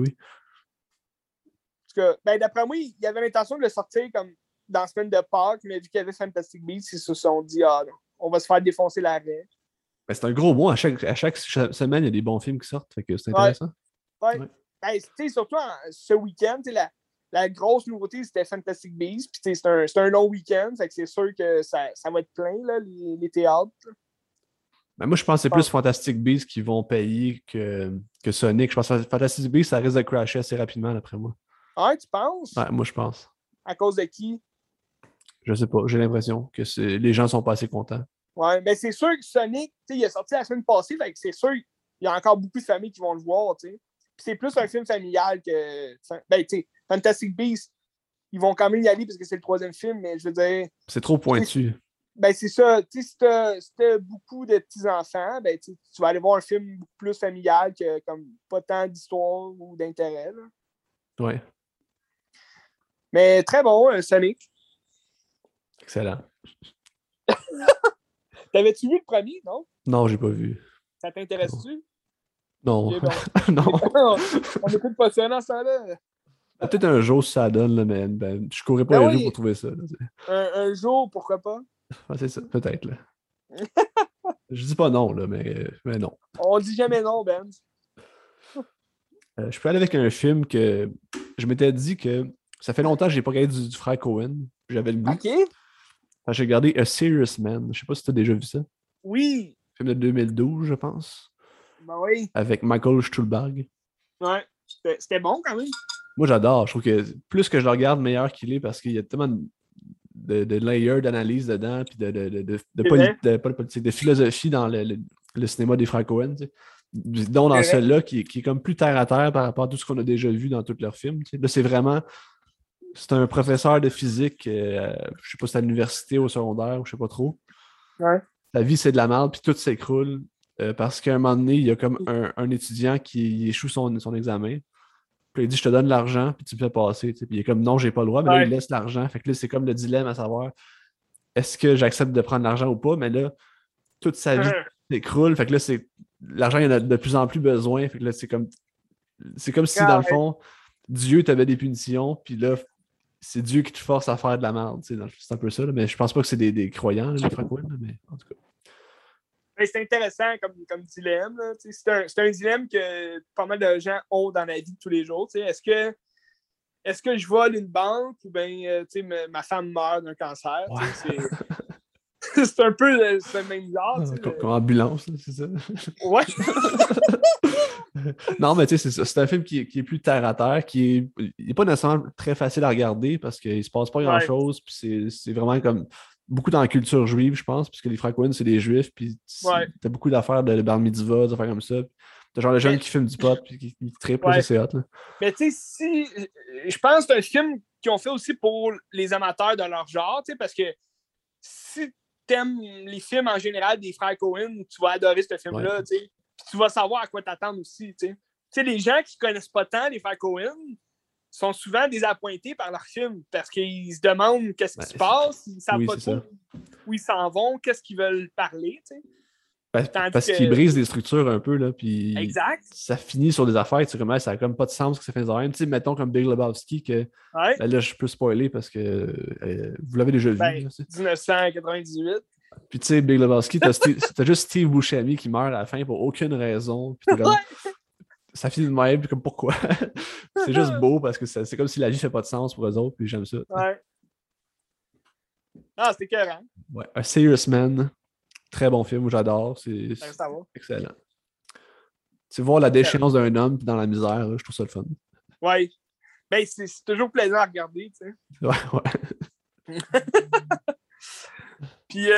Parce que, ben, d'après moi, il y avait l'intention de le sortir comme dans la semaine de Pâques, mais vu qu'il y avait Fantastic Beasts, ils se sont dit non, on va se faire défoncer l'arrêt. Ben, c'est un gros mois. À chaque semaine, il y a des bons films qui sortent. Fait que c'est intéressant. Ouais. Ben, surtout ce week-end, la grosse nouveauté, c'était Fantastic Beasts. Puis c'est un long week-end. Fait que c'est sûr que ça va être plein, là, les théâtres. Ben, moi, je pense que c'est plus Fantastic Beasts qui vont payer que Sonic. Je pense que Fantastic Beasts, ça risque de crasher assez rapidement, d'après moi. Ah, tu penses? Ouais, moi, je pense. À cause de qui? Je sais pas. J'ai l'impression que les gens sont pas assez contents. Ouais, mais c'est sûr que Sonic, il est sorti la semaine passée, fait que c'est sûr qu'il y a encore beaucoup de familles qui vont le voir, tu sais. Puis c'est plus un film familial que... Ben, tu sais, Fantastic Beasts, ils vont quand même y aller parce que c'est le troisième film, mais je veux dire... C'est trop pointu. Ben, c'est ça. Tu sais, si t'as beaucoup de petits-enfants, ben, tu vas aller voir un film beaucoup plus familial que comme pas tant d'histoire ou d'intérêt. Là. Ouais, Mais très bon, Sonic. excellent. T'avais-tu vu le premier, non? Non, j'ai pas vu. Ça Non. t'intéresse-tu? Non. Ok, ben, Non. on n'écoute pas ça dans ce temps-là. Peut-être un jour si ça donne, là, mais ben, je courrais pas Ben les rues pour oui, trouver ça. Là, un jour, pourquoi pas? ah, c'est ça, peut-être. Là. Je dis pas non, là, mais non. On dit jamais non, Ben. Je peux aller avec un film que je m'étais dit que ça fait longtemps que j'ai pas regardé du frère Cohen. J'avais le goût. OK? Enfin, j'ai regardé A Serious Man. Je sais pas si tu as déjà vu ça. Oui. Film de 2012, je pense. Ben oui. Avec Michael Stuhlbarg. Ouais. C'était bon quand même. Moi, j'adore. Je trouve que plus que je le regarde, meilleur qu'il est parce qu'il y a tellement de layers d'analyse dedans, puis C'est vrai. pas de politique, de philosophie dans le cinéma des frères Cohen. Tu sais. Dont dans C'est vrai. celui-là qui est comme plus terre à terre par rapport à tout ce qu'on a déjà vu dans tous leurs films. Tu sais. Là, c'est vraiment. C'est un professeur de physique, je sais pas si c'est à l'université, au secondaire, ou je sais pas trop. Ouais. La vie, c'est de la merde, puis tout s'écroule parce qu'à un moment donné, il y a comme un étudiant qui échoue son examen. Puis il dit, je te donne l'argent, puis tu me fais passer. Tu sais. Puis il est comme, non, j'ai pas le droit, mais là, il Ouais. laisse l'argent. Fait que là, c'est comme le dilemme à savoir, est-ce que j'accepte de prendre l'argent ou pas? Mais là, toute sa vie s'écroule. Fait que là, l'argent, il en a de plus en plus besoin. Fait que là, c'est comme si, dans Ah le ouais. fond, Dieu t'avait des punitions, puis là, c'est Dieu qui te force à faire de la merde. Tu sais, c'est un peu ça, là. Mais je pense pas que c'est des croyants, là, les francoïnes, mais en tout cas. Mais c'est intéressant comme dilemme. Là. C'est un dilemme que pas mal de gens ont dans la vie de tous les jours. Est-ce que je vole une banque ou bien ma femme meurt d'un cancer? Ouais. C'est un peu ce même genre. Comme ambulance, là, c'est ça. Ouais. Non, mais tu sais, c'est ça. C'est un film qui est plus terre à terre, qui est pas nécessairement très facile à regarder parce qu'il se passe pas Ouais. grand-chose. Puis c'est vraiment comme beaucoup dans la culture juive, je pense, puisque les frères Cohen, c'est des juifs. Puis Ouais. t'as beaucoup d'affaires de bar mitzvah, d'affaires comme ça. T'as genre les jeunes Mais, qui fument du pot puis qui trippent, là, ça ouais. c'est hot. Là. Mais tu sais, si. Je pense que c'est un film qu'ils ont fait aussi pour les amateurs de leur genre, parce que si t'aimes les films en général des frères Cohen, tu vas adorer ce Ouais. film-là, tu sais. Puis tu vas savoir à quoi t'attendre aussi, tu sais. Tu sais, les gens qui connaissent pas tant les frères Cohen sont souvent désappointés par leur film parce qu'ils se demandent qu'est-ce qui se passe, ils savent Oui, pas c'est trop ça. où ils s'en vont, qu'est-ce qu'ils veulent parler, tu sais. Tandis Parce qu'il que. brise des structures un peu, là, puis Exact. ça finit sur des affaires, tu sais, comme, ça n'a comme pas de sens que ça fait des affaires. Tu sais, mettons comme Big Lebowski, que Ouais. ben là, je peux spoiler parce que vous l'avez déjà vu. Ben, Là, 1998. puis tu sais, Big Lebowski, t'as juste Steve Buscemi qui meurt à la fin pour aucune raison. Puis t'es comme, Ouais. ça finit de même, puis comme pourquoi? C'est juste beau parce que c'est comme si la vie fait pas de sens pour eux autres, puis j'aime ça. Ouais. Ah, c'était écœurant. Ouais. A Serious Man, très bon film, j'adore. C'est Ça reste à voir. excellent. Tu voir la Excellent. déchéance d'un homme dans la misère, là, je trouve ça le fun. Ouais. Ben, c'est toujours plaisant à regarder, tu sais. Ouais, ouais. Puis,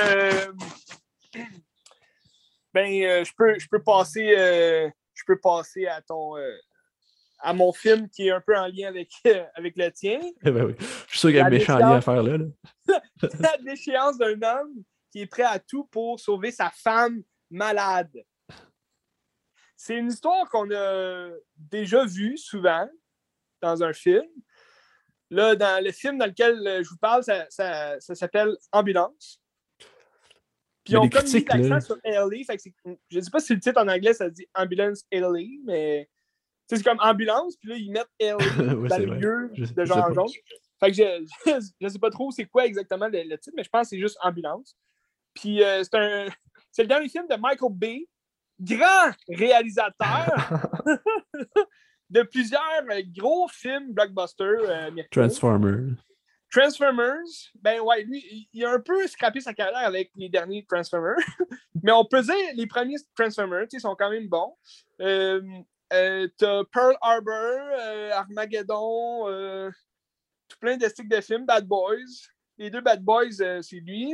je peux passer à mon film qui est un peu en lien avec le tien. Ben oui. Je suis sûr qu'il y a un La méchant lien à faire là. La déchéance d'un homme qui est prêt à tout pour sauver sa femme malade. C'est une histoire qu'on a déjà vue souvent dans un film. Là, dans le film dans lequel je vous parle, ça s'appelle Ambulance. Puis Mais ils ont les comme mis critiques, l'accent là. sur LA. Fait que je ne sais pas si le titre en anglais, ça se dit Ambulance LA, mais c'est comme ambulance, puis là, ils mettent LA Oui, dans c'est le vrai. milieu Je de sais genre en pas. jaune. Fait que je ne sais pas trop c'est quoi exactement le titre, mais je pense que c'est juste Ambulance. Puis c'est le dernier film de Michael Bay, grand réalisateur de plusieurs gros films blockbusters américains. Transformers, ben ouais, lui, il a un peu scrappé sa carrière avec les derniers Transformers. Mais on peut dire les premiers Transformers, ils sont quand même bons. T'as Pearl Harbor, Armageddon, tout plein de sticks de films, Bad Boys. Les deux Bad Boys, c'est lui.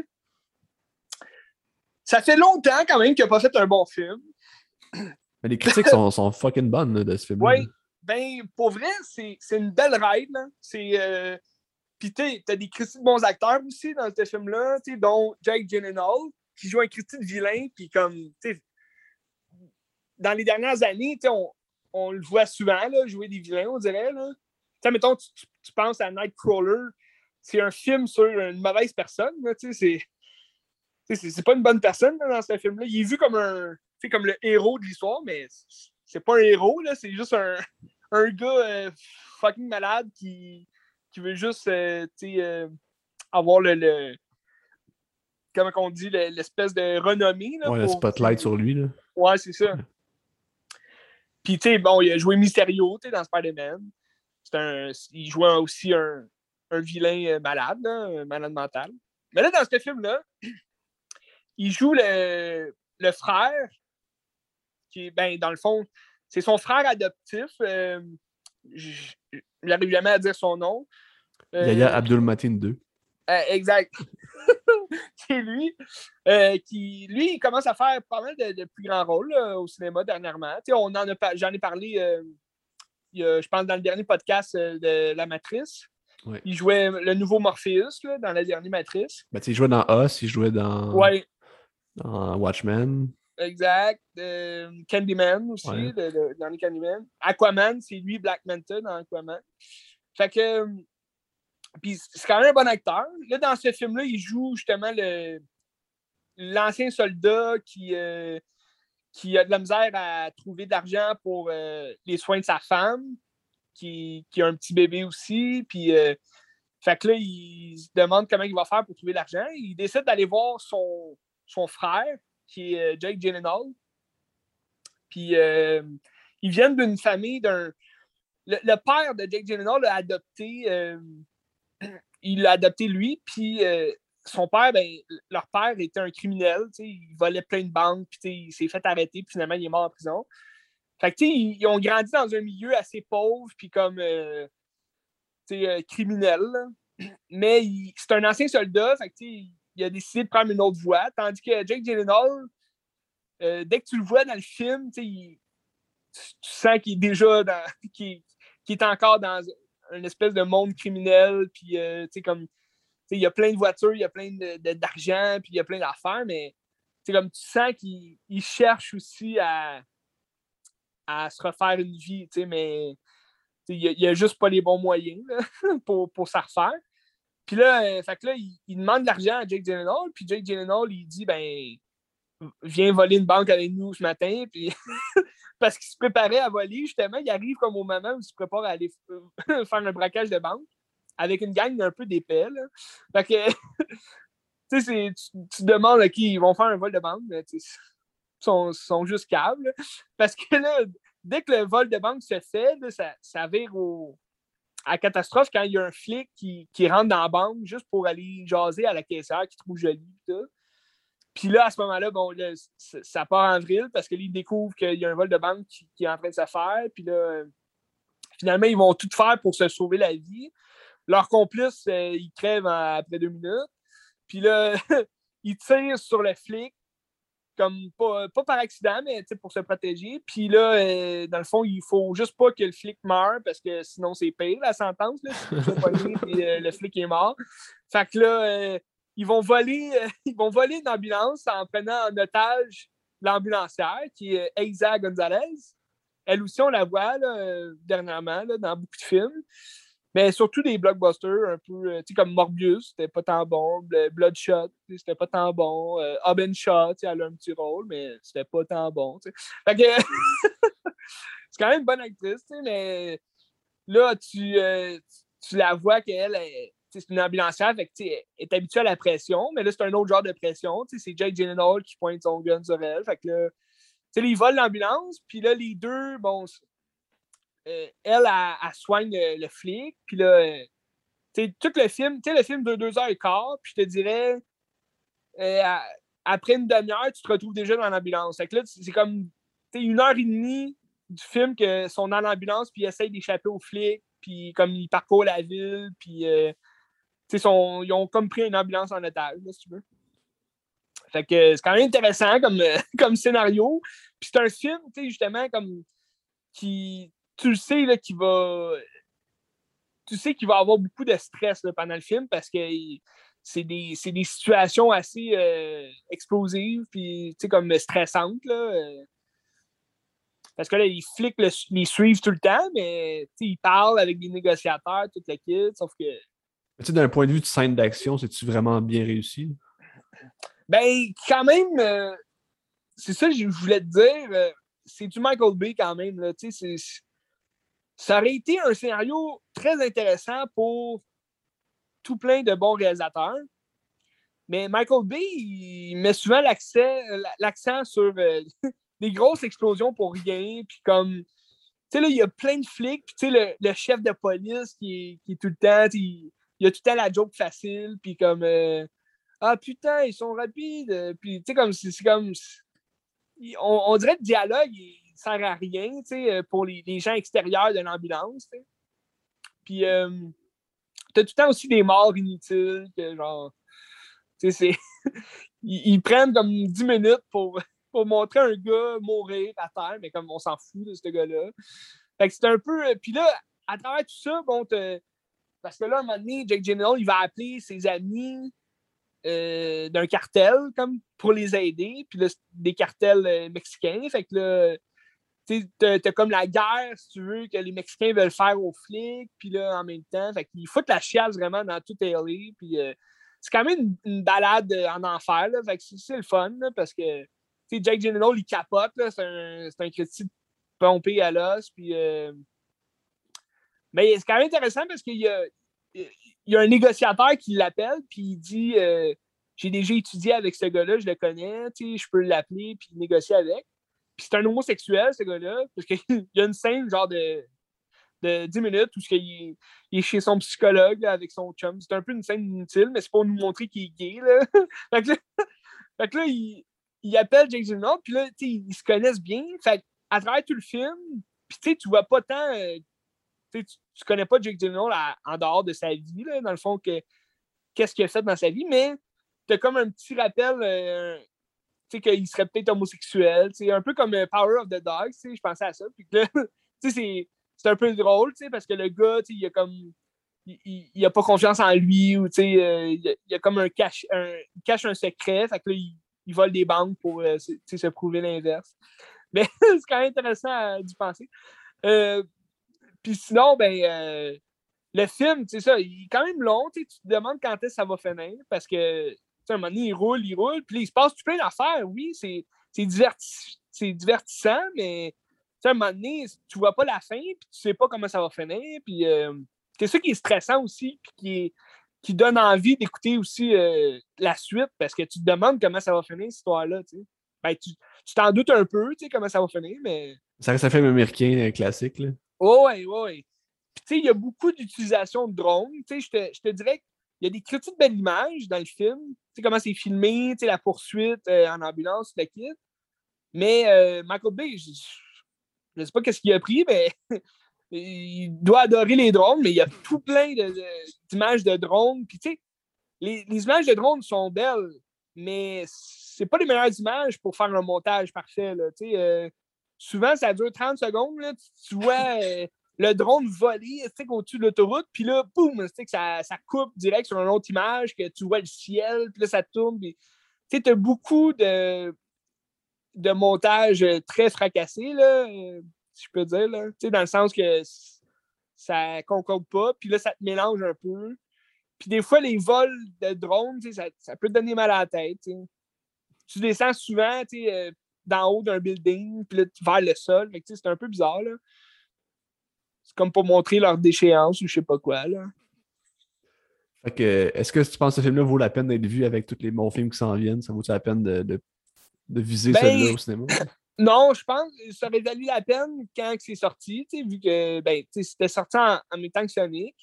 Ça fait longtemps quand même qu'il n'a pas fait un bon film. Mais les critiques sont fucking bonnes là, de ce film-là. Oui, ben pour vrai, c'est une belle ride. Là. Puis Puis t'as des Christy de bons acteurs aussi dans ce film-là, dont Jake Gyllenhaal, qui joue un Christy de vilain, puis comme, dans les dernières années, on le voit souvent, là, jouer des vilains, on dirait, là. Mettons, tu penses à Nightcrawler, c'est un film sur une mauvaise personne, là, c'est pas une bonne personne là, dans ce film-là. Il est vu comme comme le héros de l'histoire, mais c'est pas un héros, là, c'est juste un gars fucking malade qui veut juste avoir comment on dit, l'espèce de renommée. Là, ouais, le spotlight sur lui. Là. Ouais, c'est ça. Puis, bon, il a joué Mysterio dans Spider-Man. Il jouait aussi un vilain malade, là, un malade mental. Mais là, dans ce film-là, il joue le frère, qui est, ben, dans le fond, c'est son frère adoptif. J'arrive jamais à dire son nom. Yahya Abdul-Mateen II. Exact. C'est lui. Lui, il commence à faire pas mal de plus grands rôles là, au cinéma dernièrement. J'en ai parlé, je pense, dans le dernier podcast de La Matrice. Ouais. Il jouait le nouveau Morpheus là, dans la dernière Matrice. Ben, il jouait dans Us, il jouait dans Watchmen. Exact. Candyman aussi, ouais. dans les Candyman. Aquaman, c'est lui, Black Manta dans Aquaman. Fait que... Puis c'est quand même un bon acteur. Là, dans ce film-là, il joue justement l'ancien soldat qui a de la misère à trouver de l'argent pour les soins de sa femme, qui a un petit bébé aussi. Puis, fait que là, il se demande comment il va faire pour trouver de l'argent. Il décide d'aller voir son frère, qui est Jake Gyllenhaal. Puis, ils viennent d'une famille le père de Jake Gyllenhaal a adopté... il l'a adopté lui, puis son père, leur père était un criminel, il volait plein de banques, puis il s'est fait arrêter, puis finalement, il est mort en prison. Fait que, ils ont grandi dans un milieu assez pauvre, puis comme, criminel, mais c'est un ancien soldat, fait que, il a décidé de prendre une autre voie, tandis que Jake Gyllenhaal, dès que tu le vois dans le film, tu sens qu'il est déjà qu'il est encore dans une espèce de monde criminel, puis comme il y a plein de voitures, il y a plein d'argent, puis il y a plein d'affaires, mais comme tu sens qu'il cherche aussi à se refaire une vie, mais il n'y a juste pas les bons moyens là, pour s'en refaire. Puis là, fait que là, il demande de l'argent à Jake Gyllenhaal, puis Jake Gyllenhaal, il dit, viens voler une banque avec nous ce matin, puis parce qu'il se préparait à voler, justement, il arrive comme au moment où il se prépare à aller faire un braquage de banque avec une gang un peu d'épais. Là. Fait que, tu demandes à qui ils vont faire un vol de banque, mais ils sont juste câbles. Parce que là, dès que le vol de banque se fait, là, ça vire à la catastrophe quand il y a un flic qui rentre dans la banque juste pour aller jaser à la caissière qui trouve jolie. Puis là, à ce moment-là, là, ça part en vrille parce que là, ils découvrent qu'il y a un vol de banque qui est en train de se faire. Puis là, finalement, ils vont tout faire pour se sauver la vie. Leur complice, il crève après 2 minutes. Puis là, ils tirent sur le flic, comme pas par accident, mais pour se protéger. Puis là, dans le fond, il faut juste pas que le flic meure parce que sinon, c'est pire, la sentence. Là, si tu pogné, puis le flic est mort. Fait que là... ils vont voler une ambulance en prenant en otage l'ambulancière, qui est Eiza Gonzalez. Elle aussi, on la voit là, dernièrement là, dans beaucoup de films. Mais surtout des blockbusters un peu comme Morbius, c'était pas tant bon. Bloodshot, c'était pas tant bon. Hobbs and Shaw, elle a un petit rôle, mais c'était pas tant bon. Fait que c'est quand même une bonne actrice, mais là, tu la vois qu'elle c'est une ambulancière, fait que, elle est habituée à la pression, mais là, c'est un autre genre de pression. C'est Jake Gyllenhaal qui pointe son gun sur elle. Fait que là, ils volent l'ambulance, puis là, les deux, elle soigne le flic, puis là, tout le film dure 2h15, puis je te dirais, après une demi-heure, tu te retrouves déjà dans l'ambulance. Fait que là, c'est comme 1h30 du film que sont dans l'ambulance, puis ils essayent d'échapper aux flics, puis comme ils parcourent la ville, puis ils ont comme pris une ambulance en otage, là, si tu veux. Fait que c'est quand même intéressant comme scénario. Puis c'est un film, justement, comme qui, tu le sais, là, qui va tu sais qu'il va y avoir beaucoup de stress là, pendant le film parce que c'est des situations assez explosives puis comme stressantes. Là, parce que là, les flics les suivent tout le temps, mais ils parlent avec des négociateurs, toute la kit, sauf que. D'un point de vue de scène d'action, c'est-tu vraiment bien réussi? Ben, quand même, c'est ça que je voulais te dire. C'est du Michael Bay quand même. Là, ça aurait été un scénario très intéressant pour tout plein de bons réalisateurs. Mais Michael Bay, il met souvent l'accent sur des grosses explosions pour rien. Puis comme, tu sais, là, il y a plein de flics. Puis, tu sais, le chef de police qui est tout le temps, il a tout le temps la joke facile. Puis comme, ah putain, ils sont rapides. Puis, tu sais, comme, c'est comme, on dirait que le dialogue, il sert à rien, tu sais, pour les gens extérieurs de l'ambulance. T'sais. Puis, t'as tout le temps aussi des morts inutiles, que genre, tu sais, ils prennent comme 10 minutes pour montrer un gars mourir à terre, mais comme on s'en fout de ce gars-là. Fait que c'est un peu. Puis là, à travers tout ça, bon, parce que là, à un moment donné, Jake Gyllenhaal, il va appeler ses amis d'un cartel comme pour les aider, puis là, des cartels mexicains. Fait que là, t'as comme la guerre, si tu veux, que les Mexicains veulent faire aux flics, puis là, en même temps, fait qu'ils foutent la chiasse vraiment dans tout LA, puis c'est quand même une balade en enfer, là, fait que c'est le fun, là, parce que Jake Gyllenhaal, il capote, là, c'est un critique pompé à l'os, puis mais c'est quand même intéressant parce qu'il y a un négociateur qui l'appelle, puis il dit j'ai déjà étudié avec ce gars-là, je le connais, je peux l'appeler puis négocier avec. Puis c'est un homosexuel, ce gars-là, parce qu'il y a une scène genre de 10 minutes où il est chez son psychologue là, avec son chum. C'est un peu une scène inutile, mais c'est pour nous montrer qu'il est gay. Là. fait que là il appelle Jake Gyllenhaal, puis là, ils se connaissent bien. Fait à travers tout le film, puis tu vois pas tant. Tu connais pas Jake Gyllenhaal en dehors de sa vie, là, dans le fond, qu'est-ce qu'il a fait dans sa vie, mais t'as comme un petit rappel qu'il serait peut-être homosexuel, un peu comme Power of the Dog, je pensais à ça. Puis là, c'est un peu drôle, parce que le gars, il a comme. Il a pas confiance en lui, ou il a comme il cache un secret, fait que là, il vole des banques pour se prouver l'inverse. Mais c'est quand même intéressant d'y penser. Puis sinon, le film, c'est ça, il est quand même long, tu te demandes quand est-ce que ça va finir, parce que à un moment donné, il roule, puis là, il se passe tout plein d'affaires. Oui, c'est divertissant, mais à un moment donné, tu vois pas la fin, puis tu sais pas comment ça va finir. Puis c'est ça qui est stressant aussi, puis qui donne envie d'écouter aussi la suite, parce que tu te demandes comment ça va finir, cette histoire-là. Tu t'en doutes un peu, comment ça va finir, mais. Ça reste un film américain classique. Là. Oh, ouais, ouais. Puis, il y a beaucoup d'utilisation de drones. Je te dirais qu'il y a des critiques de l'image dans le film. Comment c'est filmé, la poursuite en ambulance, la kit. Mais Michael Bay, je ne sais pas qu'est-ce qu'il a pris, mais il doit adorer les drones, mais il y a tout plein d'images de drones. Puis, les images de drones sont belles, mais c'est pas les meilleures images pour faire un montage parfait. Là, souvent, ça dure 30 secondes. Là, tu vois le drone voler au-dessus de l'autoroute, puis là, boum, que ça coupe direct sur une autre image, que tu vois le ciel, puis là, ça tourne. Tu as beaucoup de montage très fracassé, là, si je peux dire, là, dans le sens que ça concorde pas, puis là, ça te mélange un peu. Puis des fois, les vols de drones, ça peut te donner mal à la tête. T'sais. Tu descends souvent d'en haut d'un building, puis là, vers le sol. C'est un peu bizarre. Là. C'est comme pour montrer leur déchéance ou je sais pas quoi. Là. Fait que, est-ce que tu penses que ce film-là vaut la peine d'être vu avec tous les bons films qui s'en viennent? Ça vaut la peine de viser celui-là au cinéma? Non, je pense que ça aurait valu la peine quand c'est sorti, vu que c'était sorti en même temps que Sonic.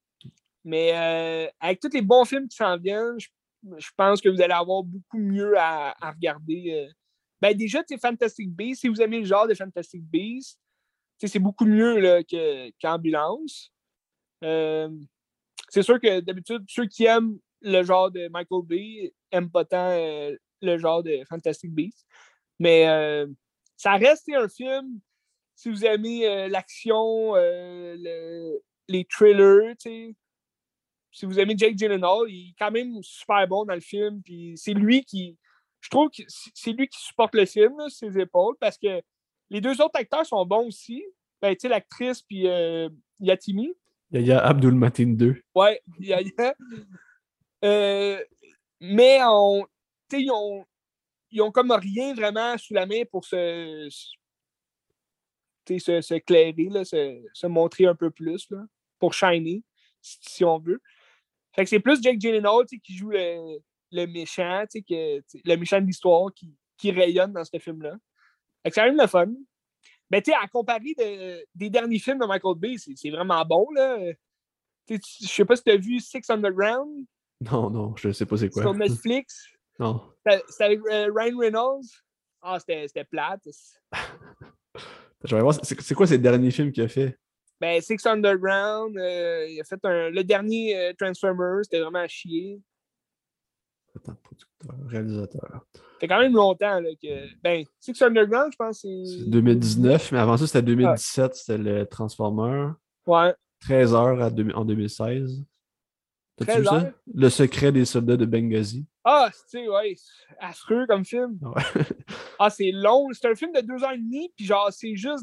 Mais avec tous les bons films qui s'en viennent, je pense que vous allez avoir beaucoup mieux à regarder. Déjà, Fantastic Beasts, si vous aimez le genre de Fantastic Beasts, c'est beaucoup mieux là, qu'Ambulance. C'est sûr que d'habitude, ceux qui aiment le genre de Michael Bay n'aiment pas tant le genre de Fantastic Beasts. Mais ça reste un film, si vous aimez l'action, les thrillers, tu sais. Si vous aimez Jake Gyllenhaal, il est quand même super bon dans le film. Puis c'est lui qui. Je trouve que c'est lui qui supporte le film, là, sur ses épaules, parce que les deux autres acteurs sont bons aussi. Ben, tu sais, l'actrice, puis Yatimi. Yahya Abdul-Mateen 2. Ouais, mais ils ont comme rien vraiment sous la main pour s'éclairer, là, se montrer un peu plus, là, pour shiner, si on veut. Fait que c'est plus Jake Gyllenhaal qui joue le méchant, le méchant de l'histoire qui rayonne dans ce film-là. Fait que c'est quand même le fun. Mais tu sais, à comparer des derniers films de Michael Bay, c'est vraiment bon, là. Je sais pas si tu as vu Six Underground. Non, je sais pas c'est quoi. Sur Netflix. Non. C'était avec Ryan Reynolds. Ah, c'était plate. Je vais voir, c'est quoi ces derniers films qu'il a fait? Ben, Six Underground, il a fait le dernier Transformers, c'était vraiment à chier. Attends, producteur, réalisateur. Ça fait quand même longtemps là, que. Ben, Six Underground, je pense c'est. 2019, mais avant ça, c'était 2017, c'était le Transformer. Ouais. 13 heures en 2016. T'as-tu vu ça? Le secret des soldats de Benghazi. Ah, tu sais, ouais. Affreux comme film. Ouais. Ah, c'est long. C'est un film de 2 heures et demie, puis genre, c'est juste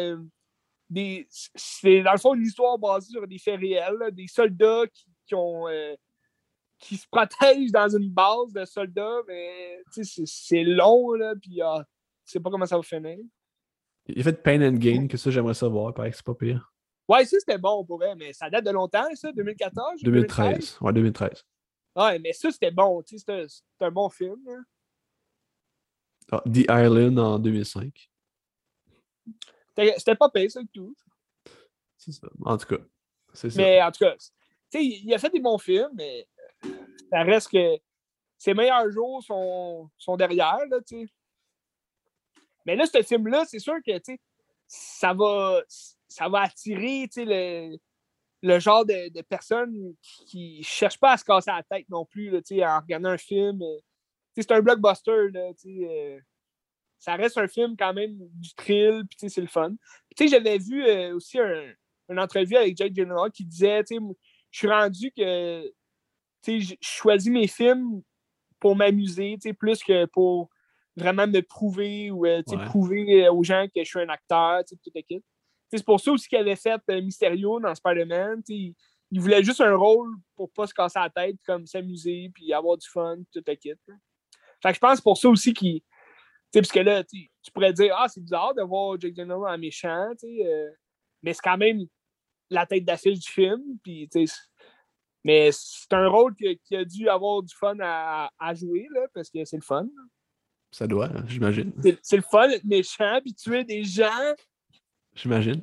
c'est dans le fond une histoire basée sur des faits réels, là, des soldats qui se protègent dans une base de soldats, mais c'est long, là, puis tu sais pas comment ça va finir. Il a fait Pain and Gain, que ça, j'aimerais savoir, pareil que c'est pas pire. Ouais, ça, c'était bon pour vrai, mais ça date de longtemps, ça, 2014? 2013. Ouais, 2013. Ouais, mais ça, c'était bon, tu sais, c'était un bon film. Hein. Ah, The Island en 2005. C'était pas pire, ça, que tout. C'est ça. En tout cas, c'est ça. Mais en tout cas, tu sais, il a fait des bons films, mais ça reste que ses meilleurs jours sont derrière, là, tu sais. Mais là, ce film-là, c'est sûr que, tu sais, ça va attirer, tu sais, le genre de personnes qui cherchent pas à se casser la tête non plus, là, tu sais, en regardant un film. C'est un blockbuster, là, tu sais. Ça reste un film quand même du thrill, puis tu sais, c'est le fun. Tu sais, j'avais vu aussi une entrevue avec Jake Gyllenhaal qui disait, tu sais, je suis rendu que, tu sais, je choisis mes films pour m'amuser, tu sais, plus que pour vraiment me prouver ou, tu sais, prouver aux gens que je suis un acteur, tu sais, tout le kit. C'est pour ça aussi qu'il avait fait Mysterio dans Spider-Man. Il voulait juste un rôle pour pas se casser la tête, comme s'amuser, puis avoir du fun, tout le kit. Fait que je pense pour ça aussi qu'il. Parce que là, tu pourrais dire, ah, c'est bizarre de voir Jake Gyllenhaal en méchant, mais c'est quand même la tête d'affiche du film. Puis, mais c'est un rôle qui a dû avoir du fun à jouer, là, parce que c'est le fun. Ça doit, j'imagine. C'est le fun d'être méchant, puis tuer des gens. J'imagine.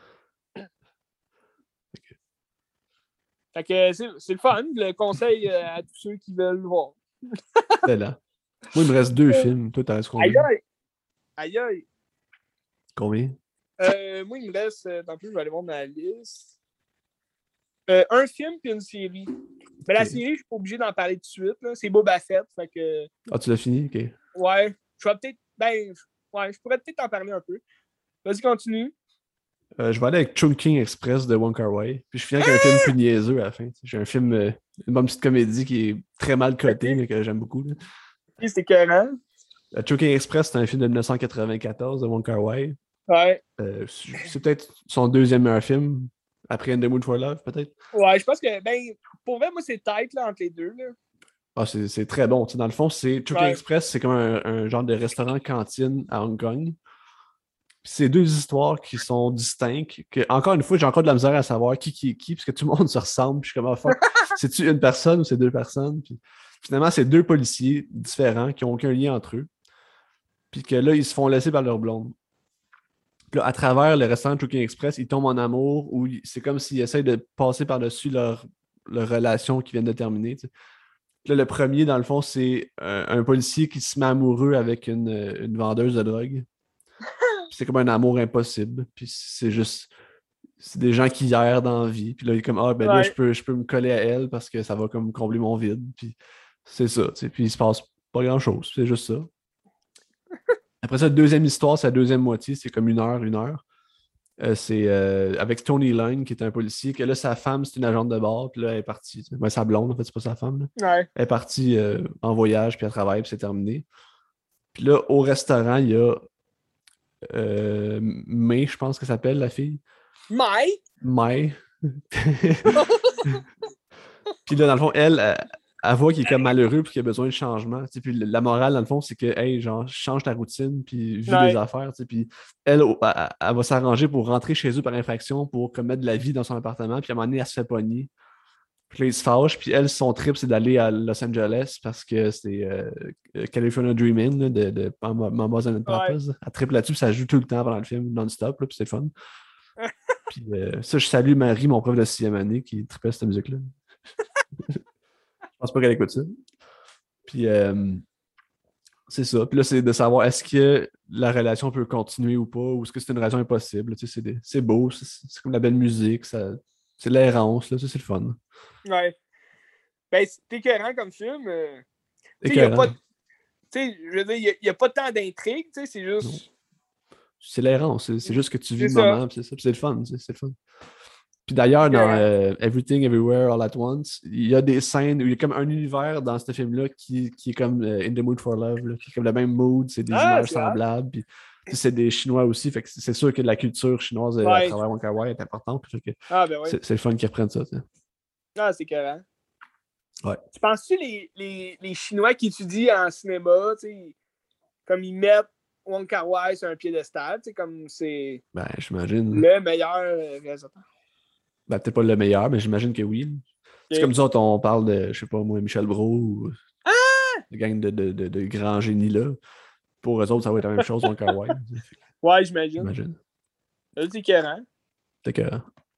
Fait que c'est le fun. Le conseil à tous ceux qui veulent le voir. C'est là. Moi, il me reste 2 films. Toi, t'en restes combien? Aïe. Combien? Moi, il me reste... Tant pis, je vais aller voir ma liste. Un film puis une série. Mais la série, je suis pas obligé d'en parler tout de suite. Là. C'est Boba Fett. Fait que... Ah, tu l'as fini? OK. Ouais. Je vais peut-être... je pourrais peut-être en parler un peu. Vas-y, continue. Je vais aller avec Chungking Express de Wong Kar-wai. Puis je finis avec un film plus niaiseux à la fin. J'ai un film, une bonne petite comédie qui est très mal cotée, mais que j'aime beaucoup. Là. C'était écœurant. Chungking Express, c'est un film de 1994 de Wong Kar-wai. Ouais. C'est peut-être son deuxième meilleur film, après In the Mood for Love, peut-être. Ouais, je pense que, pour vrai, moi, c'est tight là, entre les deux. Là. Ah, c'est très bon. Dans le fond, Chungking Express, c'est comme un genre de restaurant-cantine à Hong Kong. C'est 2 histoires qui sont distinctes. Encore une fois, j'ai encore de la misère à savoir qui est qui, parce que tout le monde se ressemble. Puis je suis comme, fuck, c'est-tu une personne ou c'est 2 personnes? Puis, finalement, c'est 2 policiers différents qui n'ont aucun lien entre eux. Puis que là, ils se font laisser par leur blonde. Puis là, à travers le restaurant de Chungking Express, ils tombent en amour ou c'est comme s'ils essayent de passer par-dessus leur relation qu'ils viennent de terminer. T'sais. Là, le premier, dans le fond, c'est un policier qui se met amoureux avec une vendeuse de drogue. C'est comme un amour impossible. Puis c'est des gens qui errent dans la vie. Puis là, il est comme, là, je peux me coller à elle parce que ça va comme combler mon vide. Puis c'est ça. Puis il se passe pas grand-chose. C'est juste ça. Après ça, la deuxième histoire, c'est la deuxième moitié. C'est comme 1 heure. C'est avec Tony Lane, qui est un policier, que là, sa femme, c'est une agente de bord, puis là, elle est partie. Ben, sa blonde, en fait, c'est pas sa femme. Là. Ouais. Elle est partie en voyage, puis elle travaille, puis c'est terminé. Puis là, au restaurant, il y a May, je pense qu'elle s'appelle, la fille. Mai? May. Puis là, dans le fond, elle voit qu'il est comme malheureux puis qu'il a besoin de changement. Tu sais, puis la morale, dans le fond, c'est que, hey, genre, change ta routine puis vis Ouais. des affaires. Tu sais, puis elle va s'arranger pour rentrer chez eux par infraction pour comme, mettre de la vie dans son appartement. Puis à un moment donné, elle se fait pogner. Puis là, il se fâche. Puis elle, son trip, c'est d'aller à Los Angeles parce que c'est California Dreaming là, de Mamas and Papas. Elle tripe là-dessus, ça joue tout le temps pendant le film, non-stop, là, puis c'est le fun. Puis ça, je salue Marie, mon prof de 6e année, qui tripait cette musique-là. Je pense pas qu'elle écoute ça. Puis c'est ça. Puis là, c'est de savoir est-ce que la relation peut continuer ou pas, ou est-ce que c'est une relation impossible. Tu sais, c'est beau, c'est comme la belle musique, c'est l'errance, là, ça, c'est le fun. Ouais. Ben, c'est écœurant comme film. Tu sais, il y a Écœurant. pas. Tu sais, je veux dire, il n'y a pas tant d'intrigue, tu sais, c'est juste. Non. C'est l'errance, c'est juste que tu vis C'est le ça. moment, puis c'est ça, puis c'est le fun, c'est le fun. Puis d'ailleurs, dans Everything Everywhere All at Once, il y a des scènes où il y a comme un univers dans ce film-là qui est comme In the Mood for Love, là, qui est comme le même mood, c'est des images c'est semblables, puis c'est des Chinois aussi, fait que c'est sûr que la culture chinoise à Ouais. travers Wong Kar-wai est importante, fait que Ben ouais. c'est le fun qu'ils reprennent ça. C'est écœurant. Ouais. Tu penses-tu les Chinois qui étudient en cinéma, tu sais, comme ils mettent Wong Kar-wai sur un piédestal, tu sais, comme c'est Ben, j'imagine. le meilleur réalisateur? Ben, peut-être pas le meilleur, mais j'imagine que oui. Okay. C'est comme ça, on parle de, je sais pas moi, Michel Brault ou la gang de grands génies-là. Pour eux autres, ça va être la même chose, Wong Kar-wai. Ouais, j'imagine. C'est écœurant. C'est écœurant.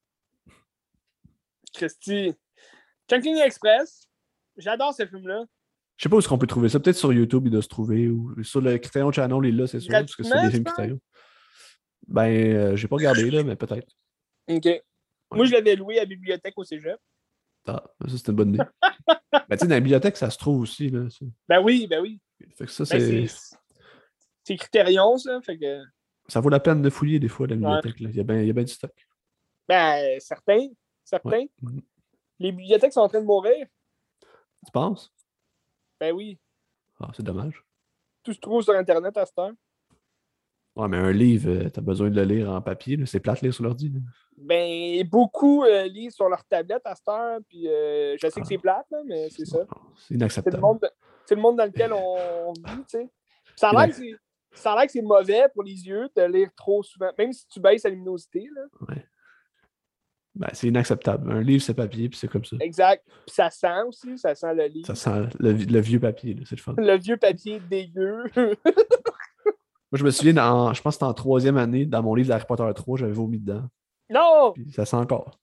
Christy. Chungking Express. J'adore ce film-là. Je sais pas où est-ce qu'on peut trouver ça. Peut-être sur YouTube, il doit se trouver. Ou sur le Criterion Channel, il est là, c'est sûr. Parce que c'est des films Criterion. Ben, j'ai pas regardé, là, mais peut-être. OK. Ouais. Moi, je l'avais loué à la bibliothèque au cégep. Ah, ça, c'est une bonne idée. Ben, tu sais, dans la bibliothèque, ça se trouve aussi, là. Ça. Ben oui. Fait que ça, c'est... C'est Criterion, ça. Fait que... Ça vaut la peine de fouiller, des fois, la bibliothèque. Là. Il y a bien du stock. Ben, certains. Ouais. Les bibliothèques sont en train de mourir. Tu penses? Ben oui. Ah, c'est dommage. Tout se trouve sur Internet à cette heure. Ouais, mais un livre, t'as besoin de le lire en papier. C'est plate de lire sur l'ordi. Là. Ben, beaucoup lisent sur leur tablette à cette heure. Puis je sais que c'est plate, là, mais c'est ça. C'est inacceptable. C'est le monde dans lequel on vit, tu sais. Ça a l'air que c'est mauvais pour les yeux de lire trop souvent, même si tu baisses la luminosité. Là. Ouais. Ben, c'est inacceptable. Un livre, c'est papier, puis c'est comme ça. Exact. Puis ça sent aussi, ça sent le livre. Ça sent le vieux papier, là, c'est le fun. Le vieux papier dégueu. Moi, je me souviens, je pense que c'était en 3e année, dans mon livre d'Harry Potter 3, j'avais vomi dedans. Non! Puis ça sent encore.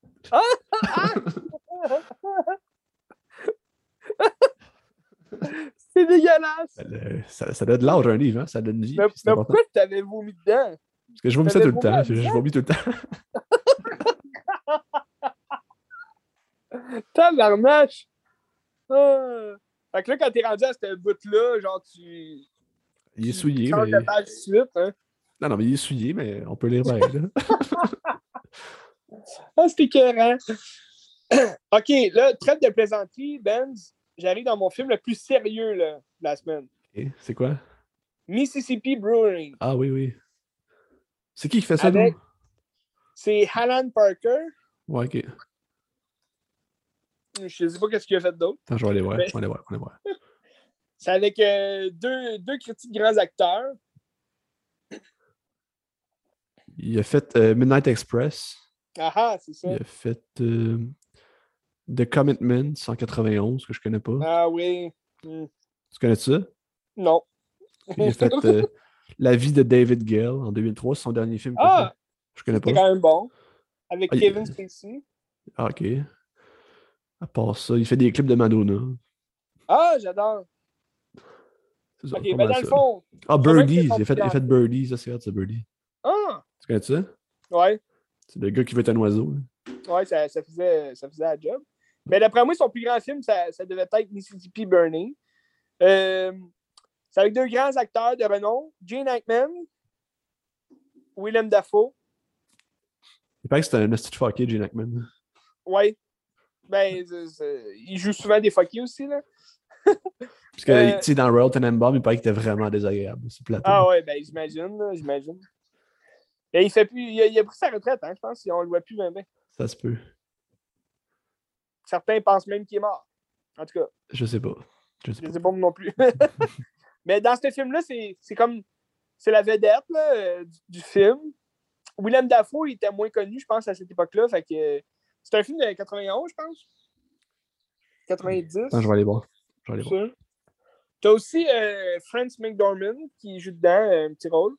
C'est dégueulasse! Ça donne de l'âge, un livre, hein? Ça donne vie. Mais pourquoi tu t'avais vomi dedans? Parce que je vomissais tout le temps. Je vomis tout le temps. Tabarnache! Fait que là, quand t'es rendu à ce bout-là, genre, tu... Il est souillé, mais... de page suite, hein? Non, mais il est souillé, mais on peut lire bien, là. C'était écœurant! OK, là, trêve de plaisanterie, Benz. J'arrive dans mon film le plus sérieux là, de la semaine. Okay. C'est quoi? Mississippi Brewing. Ah oui. C'est qui fait ça, nous? C'est Alan Parker. Ouais, OK. Je ne sais pas qu'est-ce qu'il a fait d'autre. Attends, je vais aller voir. On va aller voir. C'est avec deux critiques grands acteurs. Il a fait Midnight Express. Ah, c'est ça. Il a fait The Commitment 191, que je connais pas. Ah oui. Tu connais ça? Non. Il a fait La vie de David Gale en 2003, c'est son dernier film. Ah! Je connais pas. C'est quand même bon. Avec Kevin Spacey. Ah, OK. À part ça, il fait des clips de Madonna. Ah, j'adore. C'est ça, OK, ben dans le fond... Ah, Birdie. Il a fait Birdie. Ça, c'est hot, ça, Birdie. Ah! Tu connais ça? Ouais. C'est le gars qui veut être un oiseau. Ouais, ça faisait la job. Mais d'après moi, son plus grand film, ça devait être Mississippi Burning. C'est avec deux grands acteurs de renom, Gene Hackman, Willem Dafoe. Il paraît que c'est un petit fucké, Gene Hackman. Ouais. Ben, il joue souvent des fuckers aussi, là. Parce que, tu sais, dans Royal Tenenbaum, il paraît qu'il était vraiment désagréable. C'est plateau. Ah ouais, ben, j'imagine, là, j'imagine. Et il fait plus. Il a pris sa retraite, hein, je pense. On le voit plus bien. Ça se peut. Certains pensent même qu'il est mort. En tout cas. Je sais pas. Je sais pas non plus. Mais dans ce film-là, c'est comme. C'est la vedette là, du film. Willem Dafoe, il était moins connu, je pense, à cette époque-là. Fait que c'est un film de 91, je pense. 90. Attends, je vais aller voir. T'as aussi Frances McDormand qui joue dedans, un petit rôle.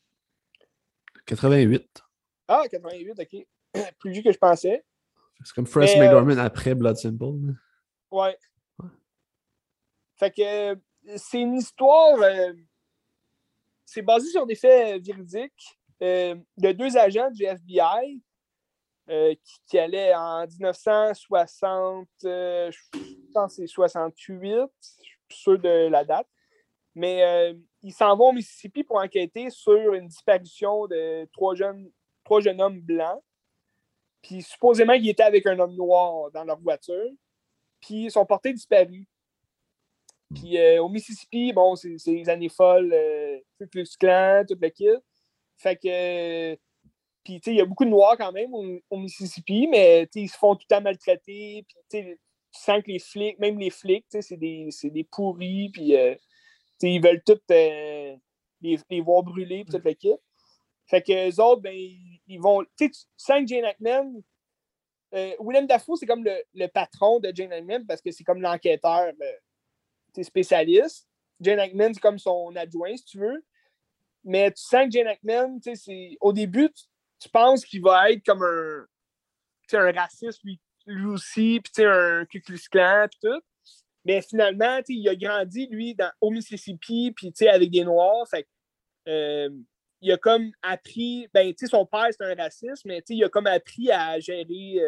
88. Ah, 88, ok. Plus vieux que je pensais. C'est comme Frances McDormand après Blood Simple. Ouais. Fait que c'est une histoire. C'est basé sur des faits véridiques de 2 agents du FBI qui allaient en 1960, je pense que c'est 68, je suis plus sûr de la date. Mais ils s'en vont au Mississippi pour enquêter sur une disparition de 3 jeunes hommes blancs. Puis supposément qu'ils étaient avec un homme noir dans leur voiture. Puis ils sont portés disparus. Puis au Mississippi, bon, c'est les années folles, Ku Klux Klan, tout le kit. Fait que, puis tu sais, il y a beaucoup de Noirs quand même au Mississippi, mais tu sais, ils se font tout le temps maltraiter. Puis tu sens que les flics, même les flics, tu sais, c'est des pourris. Puis tu sais, ils veulent tous les voir brûler, puis tout le kit. Fait que eux autres, ben, ils vont. Tu sens que Gene Hackman. Willem Dafoe, c'est comme le patron de Gene Hackman parce que c'est comme l'enquêteur spécialiste. Gene Hackman, c'est comme son adjoint, si tu veux. Mais tu sens que Gene Hackman, au début, tu penses qu'il va être comme un raciste lui aussi, puis un Ku Klux Klan, puis tout. Mais finalement, il a grandi, lui, au Mississippi, puis avec des Noirs. Fait il a comme appris, ben, son père, c'est un raciste, mais il a comme appris à gérer,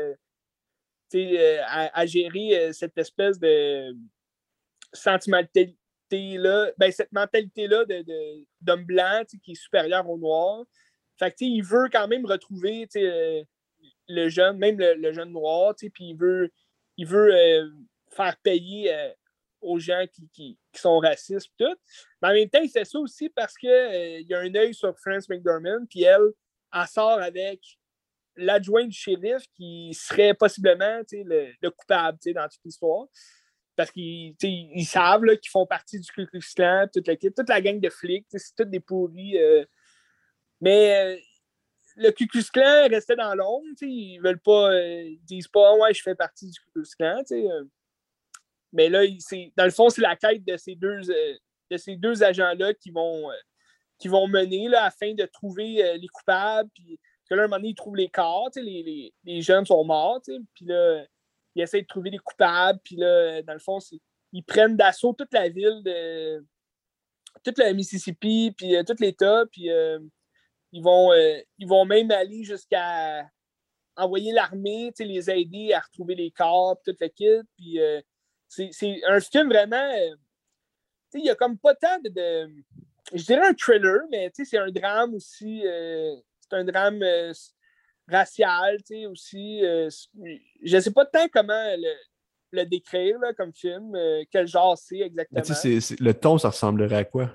à gérer cette espèce de sentimentalité-là, ben, cette mentalité-là d'homme blanc qui est supérieur au noir. Fait que, il veut quand même retrouver le jeune, même le jeune noir, puis il veut faire payer aux gens qui sont racistes tout. Mais en même temps, il fait ça aussi parce qu'il y a un œil sur Frances McDormand, puis elle sort avec l'adjoint du shérif qui serait possiblement le coupable dans toute l'histoire. Parce qu'ils savent qu'ils font partie du Ku Klux Klan, toute la gang de flics, c'est tous des pourris. Mais le Ku Klux Klan restait dans l'ombre, ils veulent pas, ils disent pas, ouais, je fais partie du Ku Klux Klan, mais là, dans le fond, c'est la quête de ces deux agents-là qui vont mener là, afin de trouver les coupables. Puis que là, à un moment donné, ils trouvent les corps, les jeunes sont morts, puis là, ils essaient de trouver les coupables, puis là, dans le fond, ils prennent d'assaut toute la ville, tout le Mississippi, puis tout l'État, puis ils vont même aller jusqu'à envoyer l'armée, les aider à retrouver les corps, puis tout le kit, puis c'est un film vraiment, il y a comme pas tant de je dirais un thriller, mais c'est un drame aussi, c'est un drame racial, aussi. Je sais pas tant comment le décrire là, comme film, quel genre c'est exactement. Le ton, ça ressemblerait à quoi?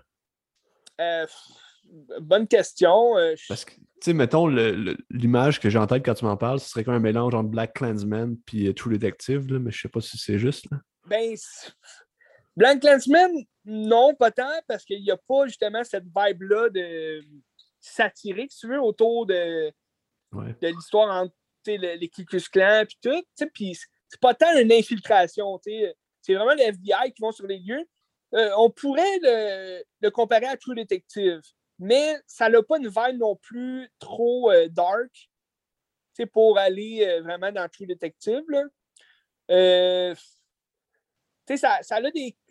Bonne question. Parce que, tu sais, mettons, l'image que j'ai en tête quand tu m'en parles, ce serait comme un mélange entre Black Klansman puis True Detective, là, mais je sais pas si c'est juste. Là. Ben, Black Klansman, non, pas tant, parce qu'il n'y a pas justement cette vibe-là de satirique, si tu veux, autour de l'histoire entre les Ku Klux Klan et tout. Puis c'est pas tant une infiltration. C'est vraiment les FBI qui vont sur les lieux. On pourrait le comparer à True Detective, mais ça n'a pas une vibe non plus trop dark pour aller vraiment dans True Detective. Là. Ça a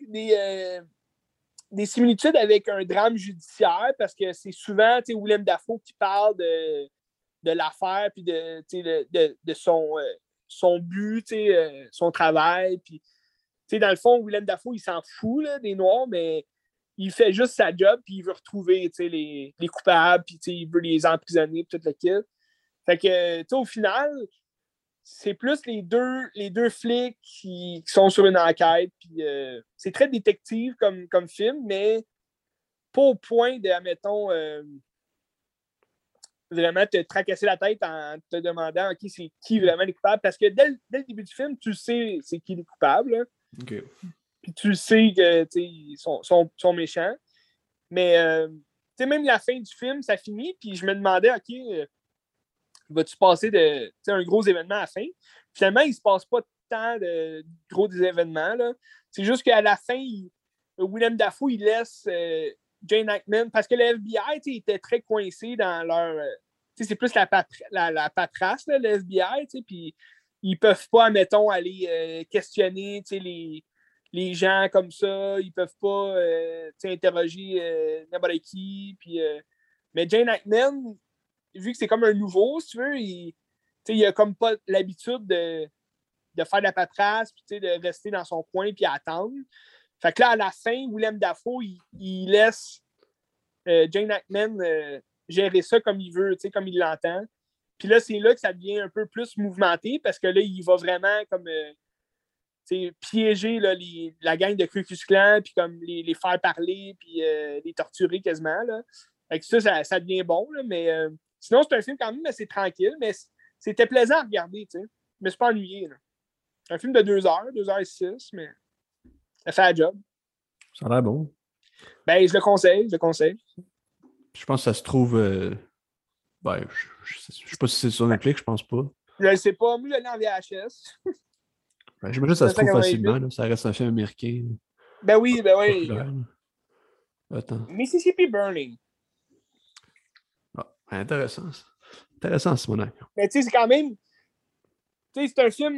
des similitudes avec un drame judiciaire parce que c'est souvent Willem Dafoe qui parle de l'affaire puis de son but, son travail. Puis, dans le fond, Willem Dafoe, il s'en fout là, des Noirs, mais il fait juste sa job puis il veut retrouver les coupables puis il veut les emprisonner tout le kit. Fait que, tu sais, au final, c'est plus les deux flics qui sont sur une enquête. Puis, c'est très détective comme film, mais pas au point de, admettons, vraiment te tracasser la tête en te demandant OK, c'est qui vraiment est coupable. Parce que dès le début du film, tu sais c'est qui est coupable. Là. OK. Puis tu sais que ils sont méchants. Mais même la fin du film, ça finit. Puis je me demandais OK, vas-tu passer de un gros événement à la fin? Finalement, il ne se passe pas tant de gros événements. Là. C'est juste qu'à la fin, Willem Dafoe, il laisse Jane Hackman, parce que le FBI était très coincé dans leur. C'est plus la paperasse, là, le FBI, puis ils ne peuvent pas, admettons, aller questionner les gens comme ça. Ils ne peuvent pas interroger n'importe qui. Mais Jane Hackman, vu que c'est comme un nouveau, si tu veux, il a comme pas l'habitude de faire de la paperasse, puis de rester dans son coin puis attendre. Fait que là, à la fin, Willem Dafoe, il laisse Jane Hackman gérer ça comme il veut, comme il l'entend. Puis là, c'est là que ça devient un peu plus mouvementé parce que là, il va vraiment comme piéger là, la gang de Ku Klux Klan, puis comme les faire parler, puis les torturer quasiment. Là. Fait que ça devient bon, là, mais sinon, c'est un film quand même assez tranquille, mais c'était plaisant à regarder, tu sais. Je me suis pas ennuyé. Là. Un film de 2h06, mais ça fait la job. Ça a l'air bon. Ben, je le conseille. Je pense que ça se trouve... Ben, je sais pas si c'est sur Netflix, je pense pas. Je ne sais pas. Moi, je l'ai en VHS. Ben, j'imagine que ça se trouve facilement. Là. Ça reste un film américain. Ben oui. Populaire, attends. Mississippi Burning. Ah, intéressant. Intéressant, Simonac. Mais tu sais, c'est quand même... Tu sais, c'est un film...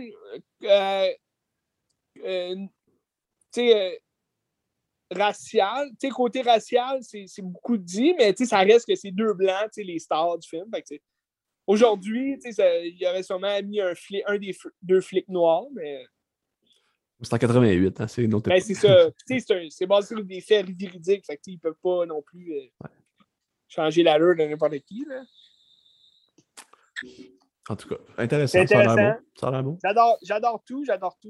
racial. Tu sais, côté racial, c'est beaucoup dit, mais tu sais, ça reste que c'est deux blancs, tu sais, les stars du film. Fait que, aujourd'hui, tu sais, il aurait sûrement mis un des deux flics noirs, mais... C'est en 88, hein, c'est une autre ben, époque. c'est ça. C'est basé sur des faits véridiques, fait que ils peuvent pas non plus changer l'allure de n'importe qui. Là. En tout cas, intéressant. Ça a l'air bon. J'adore tout.